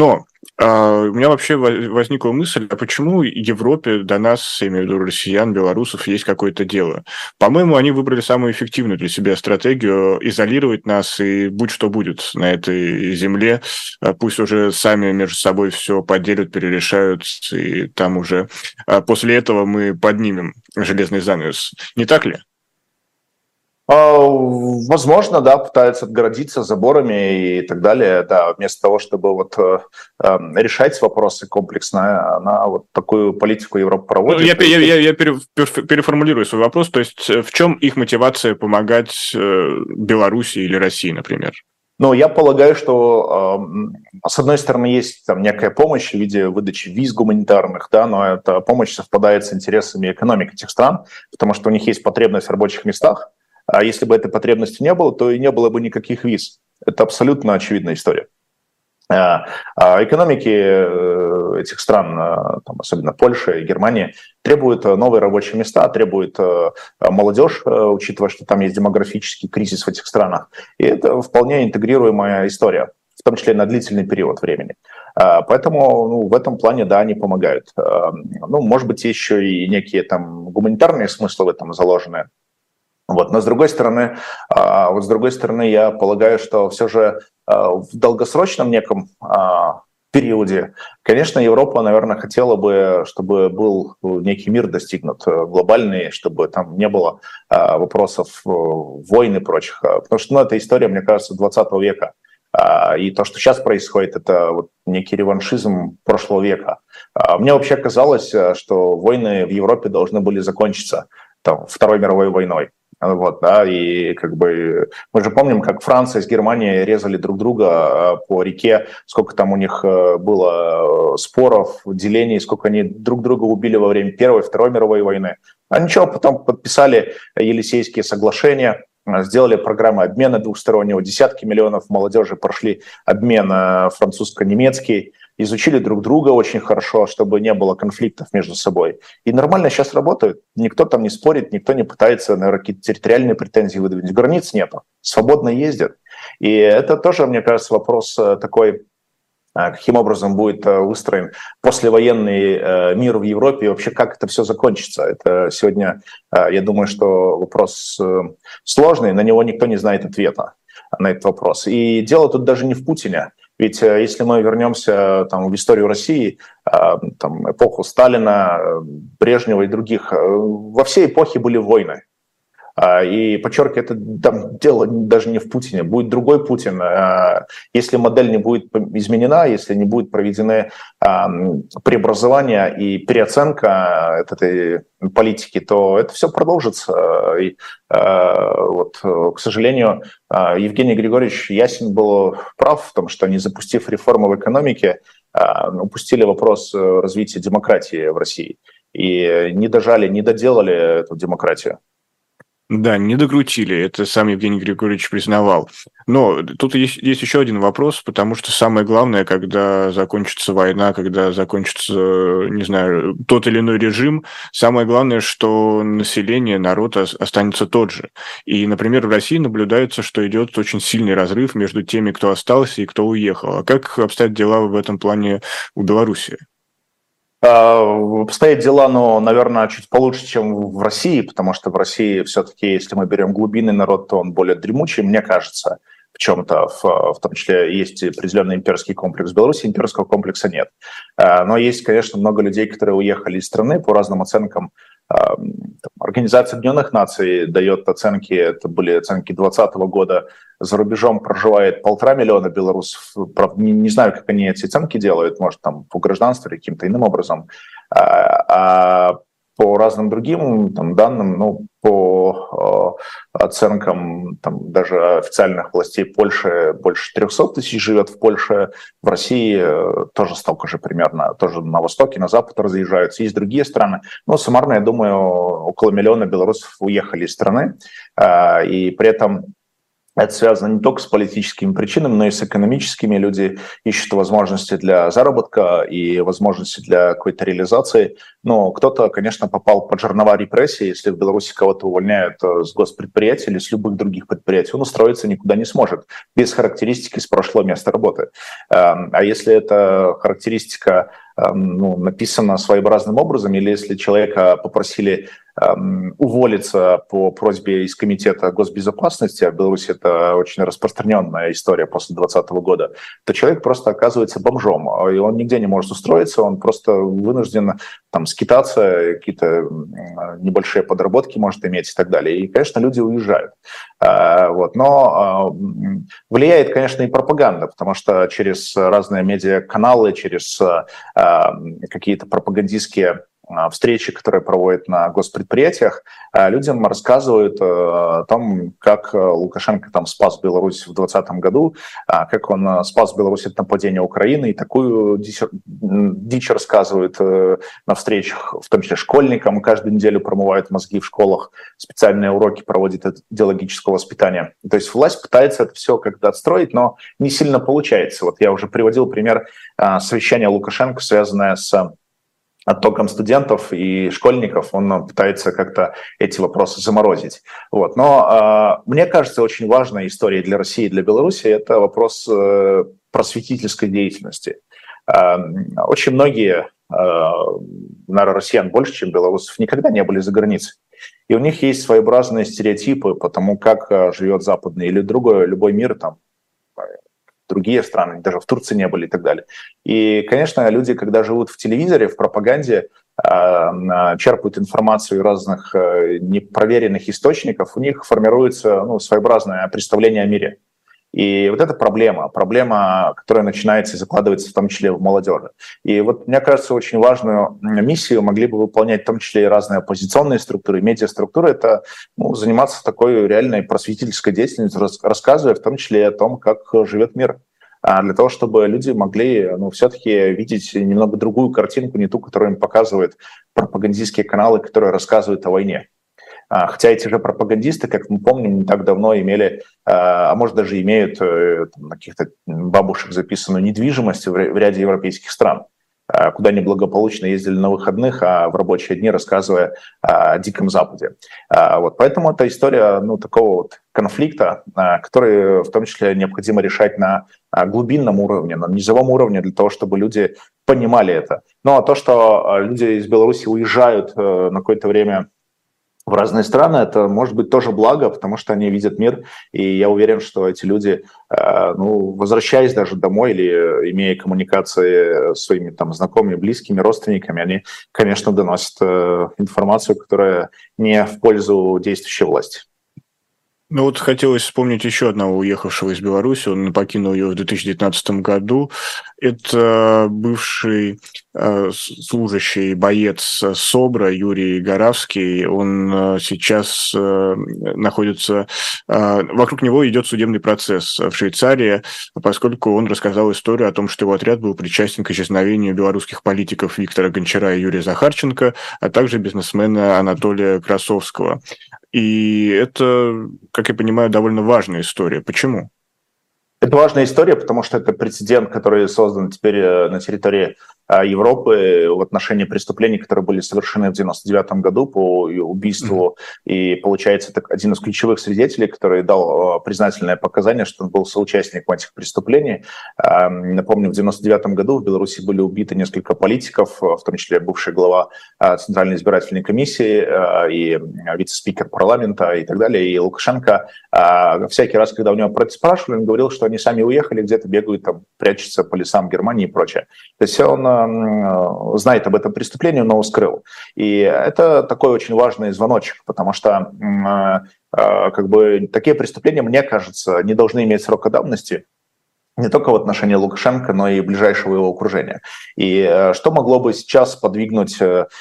А, у меня вообще возникла мысль, а почему Европе до нас, я имею в виду россиян, белорусов, есть какое-то дело? По-моему, они выбрали самую эффективную для себя стратегию изолировать нас, и будь что будет на этой земле, пусть уже сами между собой все поделят, перерешают, и там уже после этого мы поднимем железный занавес. Не так ли? Возможно, да, пытаются отгородиться заборами и так далее, да, вместо того, чтобы вот э, решать вопросы комплексно, она вот такую политику Европа Ну, я, проводит. я, я, я пере, переформулирую свой вопрос, то есть в чем их мотивация помогать э, Беларуси или России, например? Ну, я полагаю, что э, с одной стороны есть там некая помощь в виде выдачи виз гуманитарных, да, но эта помощь совпадает с интересами экономики этих стран, потому что у них есть потребность в рабочих местах. А если бы этой потребности не было, то и не было бы никаких виз. Это абсолютно очевидная история. А экономики этих стран, там, особенно Польши и Германии, требуют новые рабочие места, требуют молодежь, учитывая, что там есть демографический кризис в этих странах. И это вполне интегрируемая история, в том числе на длительный период времени. Поэтому ну, в этом плане, да, они помогают. Ну, может быть, еще и некие там гуманитарные смыслы в этом заложены. Вот. Но с другой стороны, вот с другой стороны, я полагаю, что все же в долгосрочном неком периоде, конечно, Европа, наверное, хотела бы, чтобы был некий мир достигнут глобальный, чтобы там не было вопросов войн и прочих. Потому что ну, это история, мне кажется, двадцатого века. И то, что сейчас происходит, это вот некий реваншизм прошлого века. Мне вообще казалось, что войны в Европе должны были закончиться там, Второй мировой войной. Вот, да, и как бы мы же помним, как Франция с Германией резали друг друга по реке, сколько там у них было споров, делений, сколько они друг друга убили во время Первой, Второй мировой войны. А ничего, потом подписали Елисейские соглашения, сделали программы обмена двухстороннего, десятки миллионов молодежи прошли обмен французско-немецкий, изучили друг друга очень хорошо, чтобы не было конфликтов между собой. И нормально сейчас работают. Никто там не спорит, никто не пытается, наверное, какие-то территориальные претензии выдвинуть. Границ нету. Свободно ездят. И это тоже, мне кажется, вопрос такой, каким образом будет выстроен послевоенный мир в Европе и вообще как это все закончится. Это сегодня, я думаю, что вопрос сложный, на него никто не знает ответа на этот вопрос. И дело тут даже не в Путине. Ведь если мы вернемся там, в историю России, там, эпоху Сталина, Брежнева и других, во всей эпохе были войны. И, подчеркиваю, это там, дело даже не в Путине, будет другой Путин. Если модель не будет изменена, если не будет проведены преобразования и переоценка этой политики, то это все продолжится. И, вот, к сожалению, Евгений Григорьевич Ясин был прав в том, что, не запустив реформы в экономике, упустили вопрос развития демократии в России. И не дожали, не доделали эту демократию. Да, не докрутили, это сам Евгений Григорьевич признавал. Но тут есть, есть еще один вопрос, потому что самое главное, когда закончится война, когда закончится, не знаю, тот или иной режим, самое главное, что население, народ останется тот же. И, например, в России наблюдается, что идет очень сильный разрыв между теми, кто остался и кто уехал. А как обстоят дела в этом плане у Беларуси? Обстоят дела, но, наверное, чуть получше, чем в России, потому что в России все-таки, если мы берем глубинный народ, то он более дремучий, мне кажется, в чем-то, в, в том числе есть определенный имперский комплекс. В Беларуси имперского комплекса нет. Но есть, конечно, много людей, которые уехали из страны по разным оценкам. Организация Объединенных Наций дает оценки, это были оценки двадцатого года, за рубежом проживает полтора миллиона белорусов. Не, не знаю, как они эти оценки делают, может, там по гражданству или каким-то иным образом. А, а по разным другим там, данным, ну, по э, оценкам там, даже официальных властей Польши, больше трехсот тысяч живет в Польше, в России э, тоже столько же примерно, тоже на востоке, на запад разъезжаются, есть другие страны. Но суммарно, я думаю, около миллиона белорусов уехали из страны, э, и при этом Это связано не только с политическими причинами, но и с экономическими. Люди ищут возможности для заработка и возможности для какой-то реализации. Но кто-то, конечно, попал под жернова репрессий. Если в Беларуси кого-то увольняют с госпредприятий или с любых других предприятий, он устроиться никуда не сможет без характеристики с прошлого места работы. А если эта характеристика ну, написана своеобразным образом, или если человека попросили уволиться по просьбе из Комитета госбезопасности, а в Беларуси это очень распространенная история после двадцатого года, то человек просто оказывается бомжом, и он нигде не может устроиться, он просто вынужден там скитаться, какие-то небольшие подработки может иметь и так далее. И, конечно, люди уезжают. Вот. Но влияет, конечно, и пропаганда, потому что через разные медиаканалы, через какие-то пропагандистские встречи, которые проводят на госпредприятиях, людям рассказывают о том, как Лукашенко там спас Беларусь в двадцатом году, как он спас Беларусь от нападения Украины, и такую дичь, дичь рассказывают на встречах, в том числе школьникам, каждую неделю промывают мозги в школах, специальные уроки проводят идеологического воспитания. То есть власть пытается это все как-то отстроить, но не сильно получается. Вот я уже приводил пример совещания Лукашенко, связанное с оттоком студентов и школьников, он пытается как-то эти вопросы заморозить. Вот. Но э, мне кажется, очень важной историей для России и для Беларуси это вопрос э, просветительской деятельности. Э, очень многие, э, наверное, россиян больше, чем белорусов, никогда не были за границей. И у них есть своеобразные стереотипы по тому, как живет западный или другой, любой мир, там, другие страны, даже в Турции не были и так далее. И, конечно, люди, когда живут в телевизоре, в пропаганде, черпают информацию из разных непроверенных источников, у них формируется ну, своеобразное представление о мире. И вот это проблема, проблема, которая начинается и закладывается в том числе в молодежи. И вот, мне кажется, очень важную миссию могли бы выполнять в том числе и разные оппозиционные структуры, медиаструктуры, это ну, заниматься такой реальной просветительской деятельностью, рассказывая в том числе и о том, как живет мир. Для того, чтобы люди могли ну, все-таки видеть немного другую картинку, не ту, которую им показывают пропагандистские каналы, которые рассказывают о войне. Хотя эти же пропагандисты, как мы помним, не так давно имели, а может даже имеют там, каких-то бабушек записанную недвижимость в ряде европейских стран, куда они благополучно ездили на выходных, а в рабочие дни рассказывая о Диком Западе. Вот. Поэтому это история ну, такого вот конфликта, который в том числе необходимо решать на глубинном уровне, на низовом уровне, для того, чтобы люди понимали это. Ну а то, что люди из Беларуси уезжают на какое-то время в разные страны, это может быть тоже благо, потому что они видят мир, и я уверен, что эти люди, ну, возвращаясь даже домой или имея коммуникации с своими там знакомыми, близкими, родственниками, они, конечно, доносят информацию, которая не в пользу действующей власти. Ну вот хотелось вспомнить еще одного уехавшего из Беларуси, он покинул ее в две тысячи девятнадцатом году. Это бывший э, служащий, боец СОБРа Юрий Горавский. Он э, сейчас э, находится... Э, вокруг него идет судебный процесс в Швейцарии, поскольку он рассказал историю о том, что его отряд был причастен к исчезновению белорусских политиков Виктора Гончара и Юрия Захарченко, а также бизнесмена Анатолия Красовского. И это, как я понимаю, довольно важная история. Почему? Это важная история, потому что это прецедент, который создан теперь на территории Европы в отношении преступлений, которые были совершены в девяносто девятом году по убийству. Mm-hmm. И получается, это один из ключевых свидетелей, который дал признательное показание, что он был соучастником этих преступлений. Напомню, в девяносто девятом году в Беларуси были убиты несколько политиков, в том числе бывший глава Центральной избирательной комиссии и вице-спикер парламента и так далее. И Лукашенко всякий раз, когда у него про это спрашивали, он говорил, что они сами уехали, где-то бегают, там, прячутся по лесам Германии и прочее. То есть он знает об этом преступлении, но скрыл. И это такой очень важный звоночек, потому что как бы такие преступления, мне кажется, не должны иметь срока давности, не только в отношении Лукашенко, но и ближайшего его окружения. И что могло бы сейчас подвигнуть,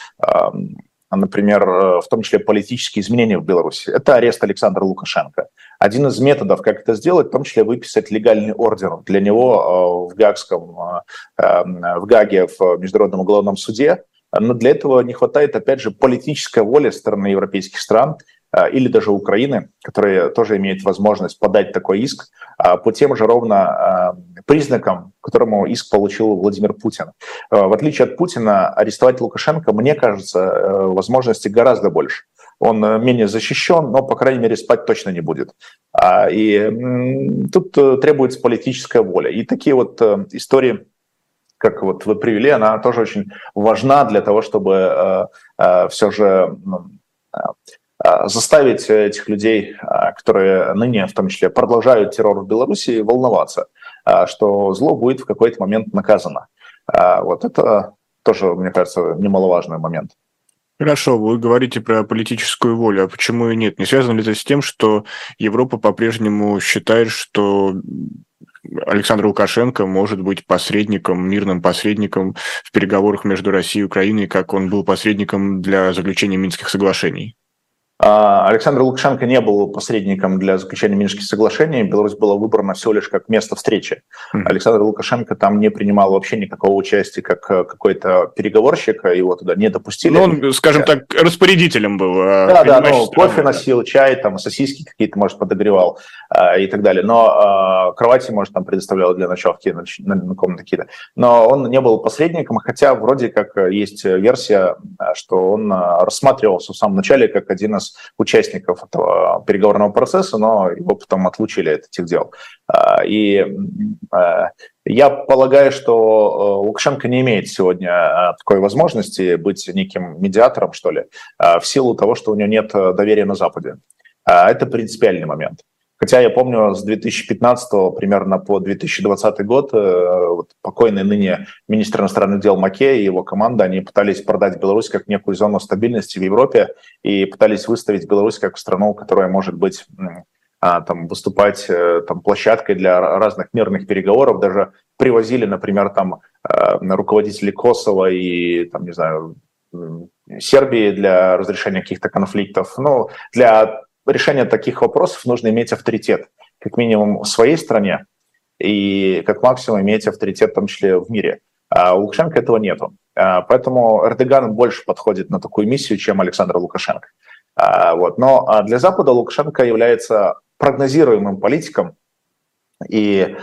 например, в том числе политические изменения в Беларуси? Это арест Александра Лукашенко. Один из методов, как это сделать, в том числе выписать легальный ордер для него в Гаагском, в Гааге, в Международном уголовном суде. Но для этого не хватает, опять же, политической воли со стороны европейских стран. или даже Украины, которые тоже имеют возможность подать такой иск по тем же ровно признакам, которому иск получил Владимир Путин. В отличие от Путина, арестовать Лукашенко, мне кажется, возможностей гораздо больше. Он менее защищен, но, по крайней мере, спать точно не будет. И тут требуется политическая воля. И такие вот истории, как вот вы привели, она тоже очень важна для того, чтобы все же заставить этих людей, которые ныне, в том числе, продолжают террор в Беларуси, волноваться, что зло будет в какой-то момент наказано. Вот это тоже, мне кажется, немаловажный момент. Хорошо, вы говорите про политическую волю, а почему и нет? Не связано ли это с тем, что Европа по-прежнему считает, что Александр Лукашенко может быть посредником, мирным посредником в переговорах между Россией и Украиной, как он был посредником для заключения Минских соглашений? Александр Лукашенко не был посредником для заключения Минских соглашений. Беларусь была выбрана всего лишь как место встречи. Mm-hmm. Александр Лукашенко там не принимал вообще никакого участия как какой-то переговорщик, его туда не допустили. Ну, он, скажем так, распорядителем был. Да, да, ну, кофе носил, чай, там, сосиски какие-то, может, подогревал и так далее. Но кровати, может, там предоставлял для ночевки на, на комнаты какие-то. Но он не был посредником, хотя вроде как есть версия, что он рассматривался в самом начале как один из участников этого переговорного процесса, но его потом отлучили от этих дел. И я полагаю, что Лукашенко не имеет сегодня такой возможности быть неким медиатором, что ли, в силу того, что у него нет доверия на Западе. Это принципиальный момент. Хотя я помню, с две тысячи пятнадцатого примерно по две тысячи двадцатый год вот, покойный ныне министр иностранных дел Маке и его команда, они пытались продать Беларусь как некую зону стабильности в Европе и пытались выставить Беларусь как страну, которая может быть там, выступать там, площадкой для разных мирных переговоров. Даже привозили, например, там, руководителей Косово и, там, не знаю, Сербии для разрешения каких-то конфликтов. Ну, для решения таких вопросов нужно иметь авторитет, как минимум в своей стране, и как максимум иметь авторитет в том числе в мире. А у Лукашенко этого нету. Поэтому Эрдоган больше подходит на такую миссию, чем Александр Лукашенко. Вот. Но для Запада Лукашенко является прогнозируемым политиком, и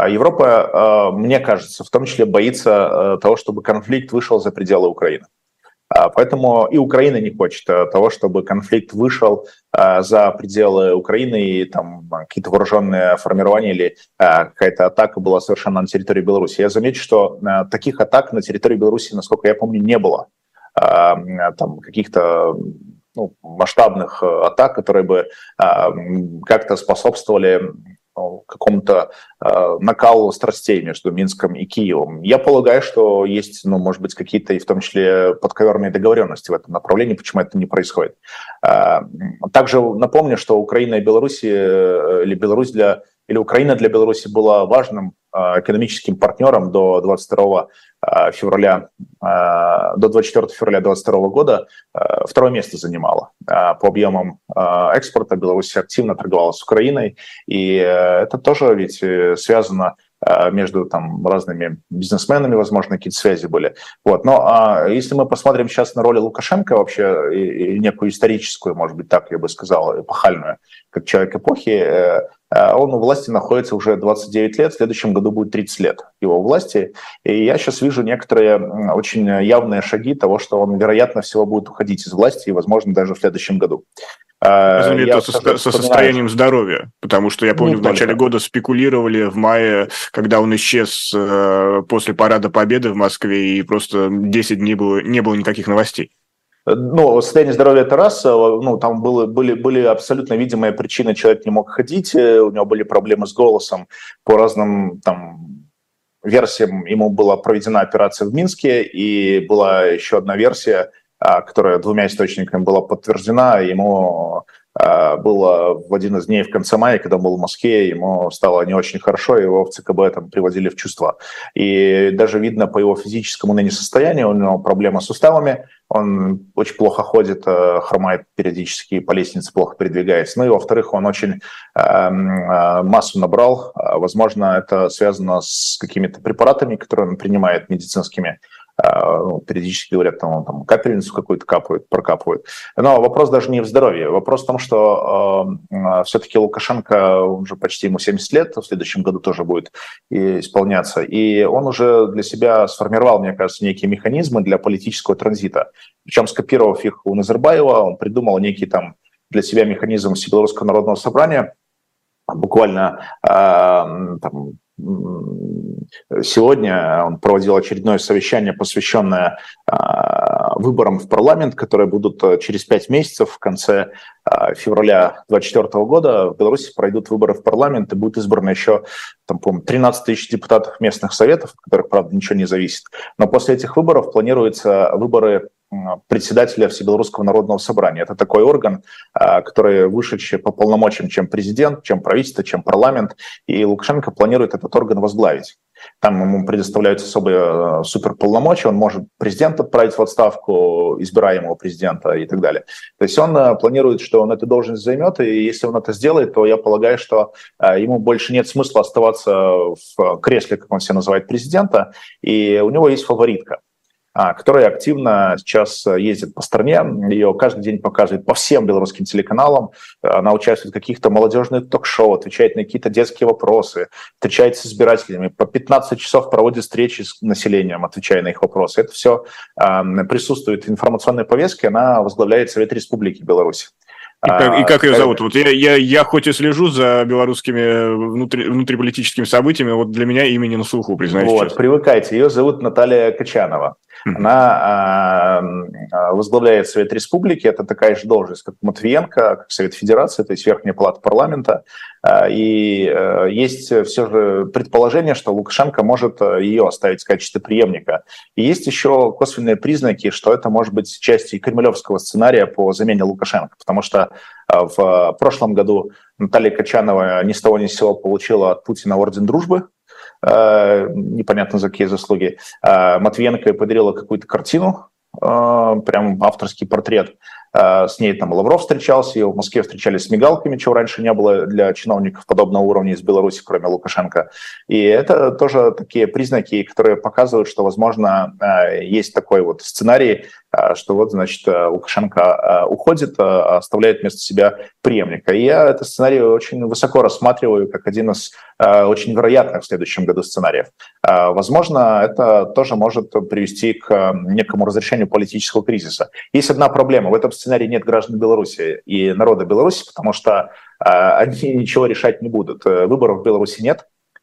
Европа, мне кажется, в том числе боится того, чтобы конфликт вышел за пределы Украины. Поэтому и Украина не хочет того, чтобы конфликт вышел за пределы Украины и там какие-то вооруженные формирования или какая-то атака была совершена на территории Беларуси. Я замечу, что таких атак на территории Беларуси, насколько я помню, не было. Там каких-то ну, масштабных атак, которые бы как-то способствовали какому-то э, накалу страстей между Минском и Киевом. Я полагаю, что есть, ну, может быть, какие-то и в том числе подковерные договоренности в этом направлении, почему это не происходит. Э, также напомню, что Украина и Беларусь, э, или Беларусь для, или Украина для Беларуси была важным э, экономическим партнером до двадцать второго февраля, э, до двадцать четвёртого февраля двадцать второго года. Э, второе место занимала э, по объемам э, экспорта. Беларусь активно торговала с Украиной, и э, это тоже ведь связано э, между там разными бизнесменами, возможно, какие-то связи были. Вот. Но а если мы посмотрим сейчас на роль Лукашенко вообще, и, и некую историческую, может быть, так я бы сказал, эпохальную, как человек эпохи, э, он у власти находится уже двадцать девять лет, в следующем году будет тридцать лет его власти. И я сейчас вижу некоторые очень явные шаги того, что он, вероятно, всего будет уходить из власти, и, возможно, даже в следующем году. Это со, со, со состоянием здоровья, потому что я помню, в начале года спекулировали в мае, когда он исчез э, после парада Победы в Москве, и просто десять дней было, не было никаких новостей. Ну, состояние здоровья – это раз, ну, там было, были, были абсолютно видимые причины, человек не мог ходить, у него были проблемы с голосом, по разным там версиям ему была проведена операция в Минске, и была еще одна версия, которая двумя источниками была подтверждена, ему было в один из дней в конце мая, когда он был в Москве, ему стало не очень хорошо, его в ЦКБ там приводили в чувство. И даже видно по его физическому ныне состоянию, у него проблемы с суставами, он очень плохо ходит, хромает периодически, по лестнице плохо передвигается. Ну и во-вторых, он очень э, массу набрал. Возможно, это связано с какими-то препаратами, которые он принимает медицинскими. Ну, периодически говорят, там, там капельницу какую-то капают, прокапывают. Но вопрос даже не в здоровье. Вопрос в том, что э, все-таки Лукашенко, уже почти ему семьдесят лет, в следующем году тоже будет и исполняться, и он уже для себя сформировал, мне кажется, некие механизмы для политического транзита. Причем, скопировав их у Назарбаева, он придумал некий там для себя механизм Всебелорусского народного собрания, буквально э, там, сегодня он проводил очередное совещание, посвященное э, выборам в парламент, которые будут через пять месяцев, в конце э, февраля две тысячи двадцать четвёртого года. В Беларуси пройдут выборы в парламент, и будет избрано еще, там, по-моему, тринадцать тысяч депутатов местных советов, от которых, правда, ничего не зависит. Но после этих выборов планируются выборы председателя Всебелорусского народного собрания. Это такой орган, который выше по полномочиям, чем президент, чем правительство, чем парламент, и Лукашенко планирует этот орган возглавить. Там ему предоставляются особые суперполномочия, он может президента отправить в отставку, избираемого президента и так далее. То есть он планирует, что он эту должность займет, и если он это сделает, то я полагаю, что ему больше нет смысла оставаться в кресле, как он себя называет, президента, и у него есть фаворитка, которая активно сейчас ездит по стране, ее каждый день показывают по всем белорусским телеканалам, она участвует в каких-то молодежных ток-шоу, отвечает на какие-то детские вопросы, встречается с избирателями, по пятнадцать часов проводит встречи с населением, отвечая на их вопросы. Это все присутствует в информационной повестке, она возглавляет Совет Республики Беларусь. И как, и как ее зовут? Вот я, я, я хоть и слежу за белорусскими внутри, внутриполитическими событиями, вот для меня имя не на слуху, признаюсь вот, честно. Привыкайте, ее зовут Наталья Качанова. Она э, возглавляет Совет Республики, это такая же должность, как Матвиенко, как Совет Федерации, то есть Верхняя палата парламента. Э, и э, есть все же предположение, что Лукашенко может ее оставить в качестве преемника. И есть еще косвенные признаки, что это может быть частью кремлевского сценария по замене Лукашенко, потому что э, в прошлом году Наталья Качанова ни с того ни с сего получила от Путина орден дружбы, непонятно за какие заслуги. Матвиенко подарила какую-то картину, прям авторский портрет. С ней там Лавров встречался, ее в Москве встречались с мигалками, чего раньше не было для чиновников подобного уровня из Беларуси, кроме Лукашенко. И это тоже такие признаки, которые показывают, что, возможно, есть такой вот сценарий, что вот, значит, Лукашенко уходит, оставляет вместо себя преемника. И я этот сценарий очень высоко рассматриваю как один из очень вероятных в следующем году сценариев. Возможно, это тоже может привести к некому разрешению политического кризиса. Есть одна проблема. В этом сценарии нет граждан Беларуси и народа Беларуси, потому что они ничего решать не будут. Выборов в Беларуси нет.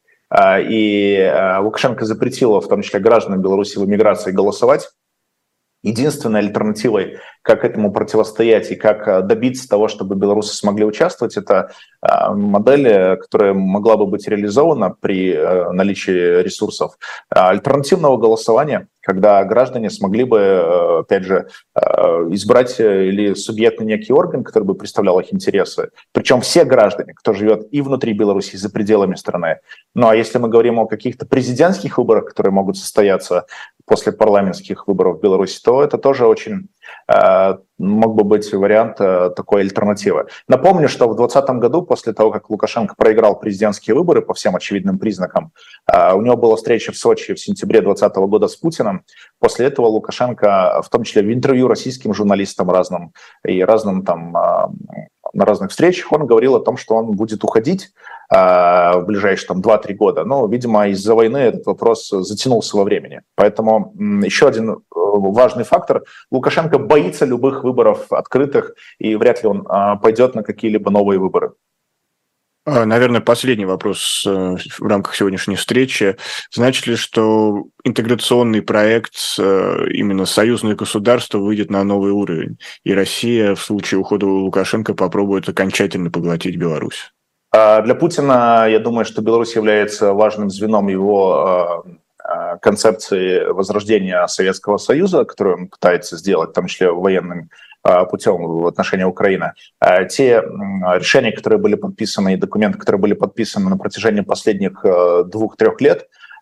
И Лукашенко запретила, в том числе гражданам Беларуси в эмиграции, голосовать. Единственной альтернативой, как этому противостоять и как добиться того, чтобы белорусы смогли участвовать, это модель, которая могла бы быть реализована при наличии ресурсов альтернативного голосования, когда граждане смогли бы, опять же, избрать или субъектный некий орган, который бы представлял их интересы. Причем все граждане, кто живет и внутри Беларуси, и за пределами страны. Ну а если мы говорим о каких-то президентских выборах, которые могут состояться после парламентских выборов в Беларуси, то это тоже очень э, мог бы быть вариант э, такой альтернативы. Напомню, что в двадцатом году, после того, как Лукашенко проиграл президентские выборы по всем очевидным признакам, э, у него была встреча в Сочи в сентябре двадцатого года с Путиным. После этого Лукашенко, в том числе в интервью российским журналистам разным и разным там э, на разных встречах, он говорил о том, что он будет уходить э, в ближайшие там два-три года. Но, видимо, из-за войны этот вопрос затянулся во времени. Поэтому м, еще один э, важный фактор. Лукашенко боится любых выборов открытых, и вряд ли он э, пойдет на какие-либо новые выборы. Наверное, последний вопрос в рамках сегодняшней встречи. Значит ли, что интеграционный проект именно союзное государство выйдет на новый уровень, и Россия в случае ухода Лукашенко попробует окончательно поглотить Беларусь? Для Путина, я думаю, что Беларусь является важным звеном его концепции возрождения Советского Союза, которую он пытается сделать, в том числе военным путем в отношении Украины. Те решения, которые были подписаны, и документы, которые были подписаны на протяжении последних двух-трех лет,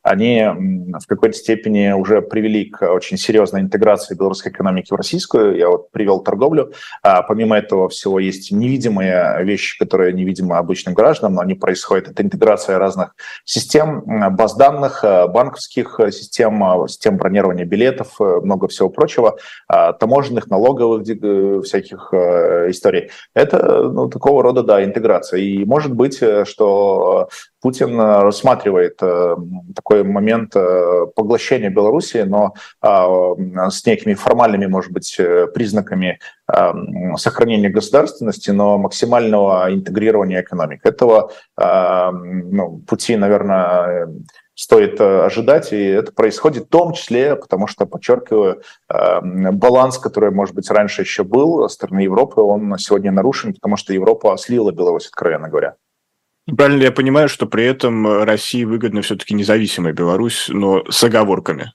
они в какой-то степени уже привели к очень серьезной интеграции белорусской экономики в российскую. Я вот привел торговлю. А помимо этого всего есть невидимые вещи, которые невидимы обычным гражданам, но они происходят. Это интеграция разных систем, баз данных, банковских систем, систем бронирования билетов, много всего прочего, таможенных, налоговых всяких историй. Это ну, такого рода, да, интеграция. И может быть, что Путин рассматривает такой момент поглощения Беларуси, но с некими формальными, может быть, признаками сохранения государственности, но максимального интегрирования экономик. Этого ну, пути, наверное, стоит ожидать, и это происходит в том числе, потому что, подчеркиваю, баланс, который, может быть, раньше еще был со стороны Европы, он сегодня нарушен, потому что Европа слила Беларусь, откровенно говоря. Правильно ли я понимаю, что при этом России выгодна все-таки независимая Беларусь, но с оговорками?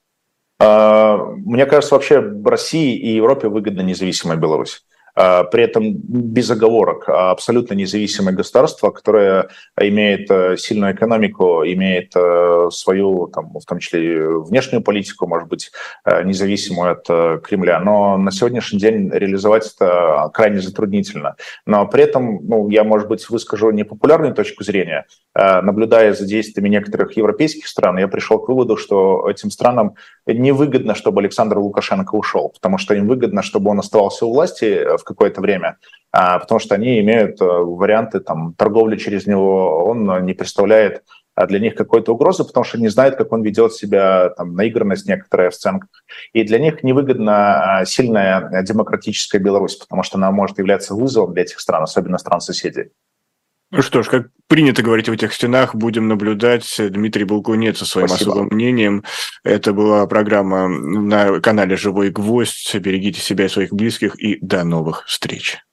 Мне кажется, вообще России и Европе выгодна независимая Беларусь. При этом без оговорок, абсолютно независимое государство, которое имеет сильную экономику, имеет свою, там, в том числе внешнюю политику, может быть, независимую от Кремля. Но на сегодняшний день реализовать это крайне затруднительно. Но при этом, ну, я, может быть, выскажу непопулярную точку зрения. Наблюдая за действиями некоторых европейских стран, я пришел к выводу, что этим странам невыгодно, чтобы Александр Лукашенко ушел, потому что им выгодно, чтобы он оставался у власти в какое-то время, потому что они имеют варианты там, торговли через него, он не представляет для них какой-то угрозы, потому что не знает, как он ведет себя, там, наигранность некоторая в сценках. И для них невыгодна сильная демократическая Беларусь, потому что она может являться вызовом для этих стран, особенно стран-соседей. Ну что ж, как принято говорить в этих стенах, будем наблюдать. Дмитрий Балкунец со своим Спасибо. особым мнением. Это была программа на канале «Живой гвоздь». Берегите себя и своих близких, и до новых встреч.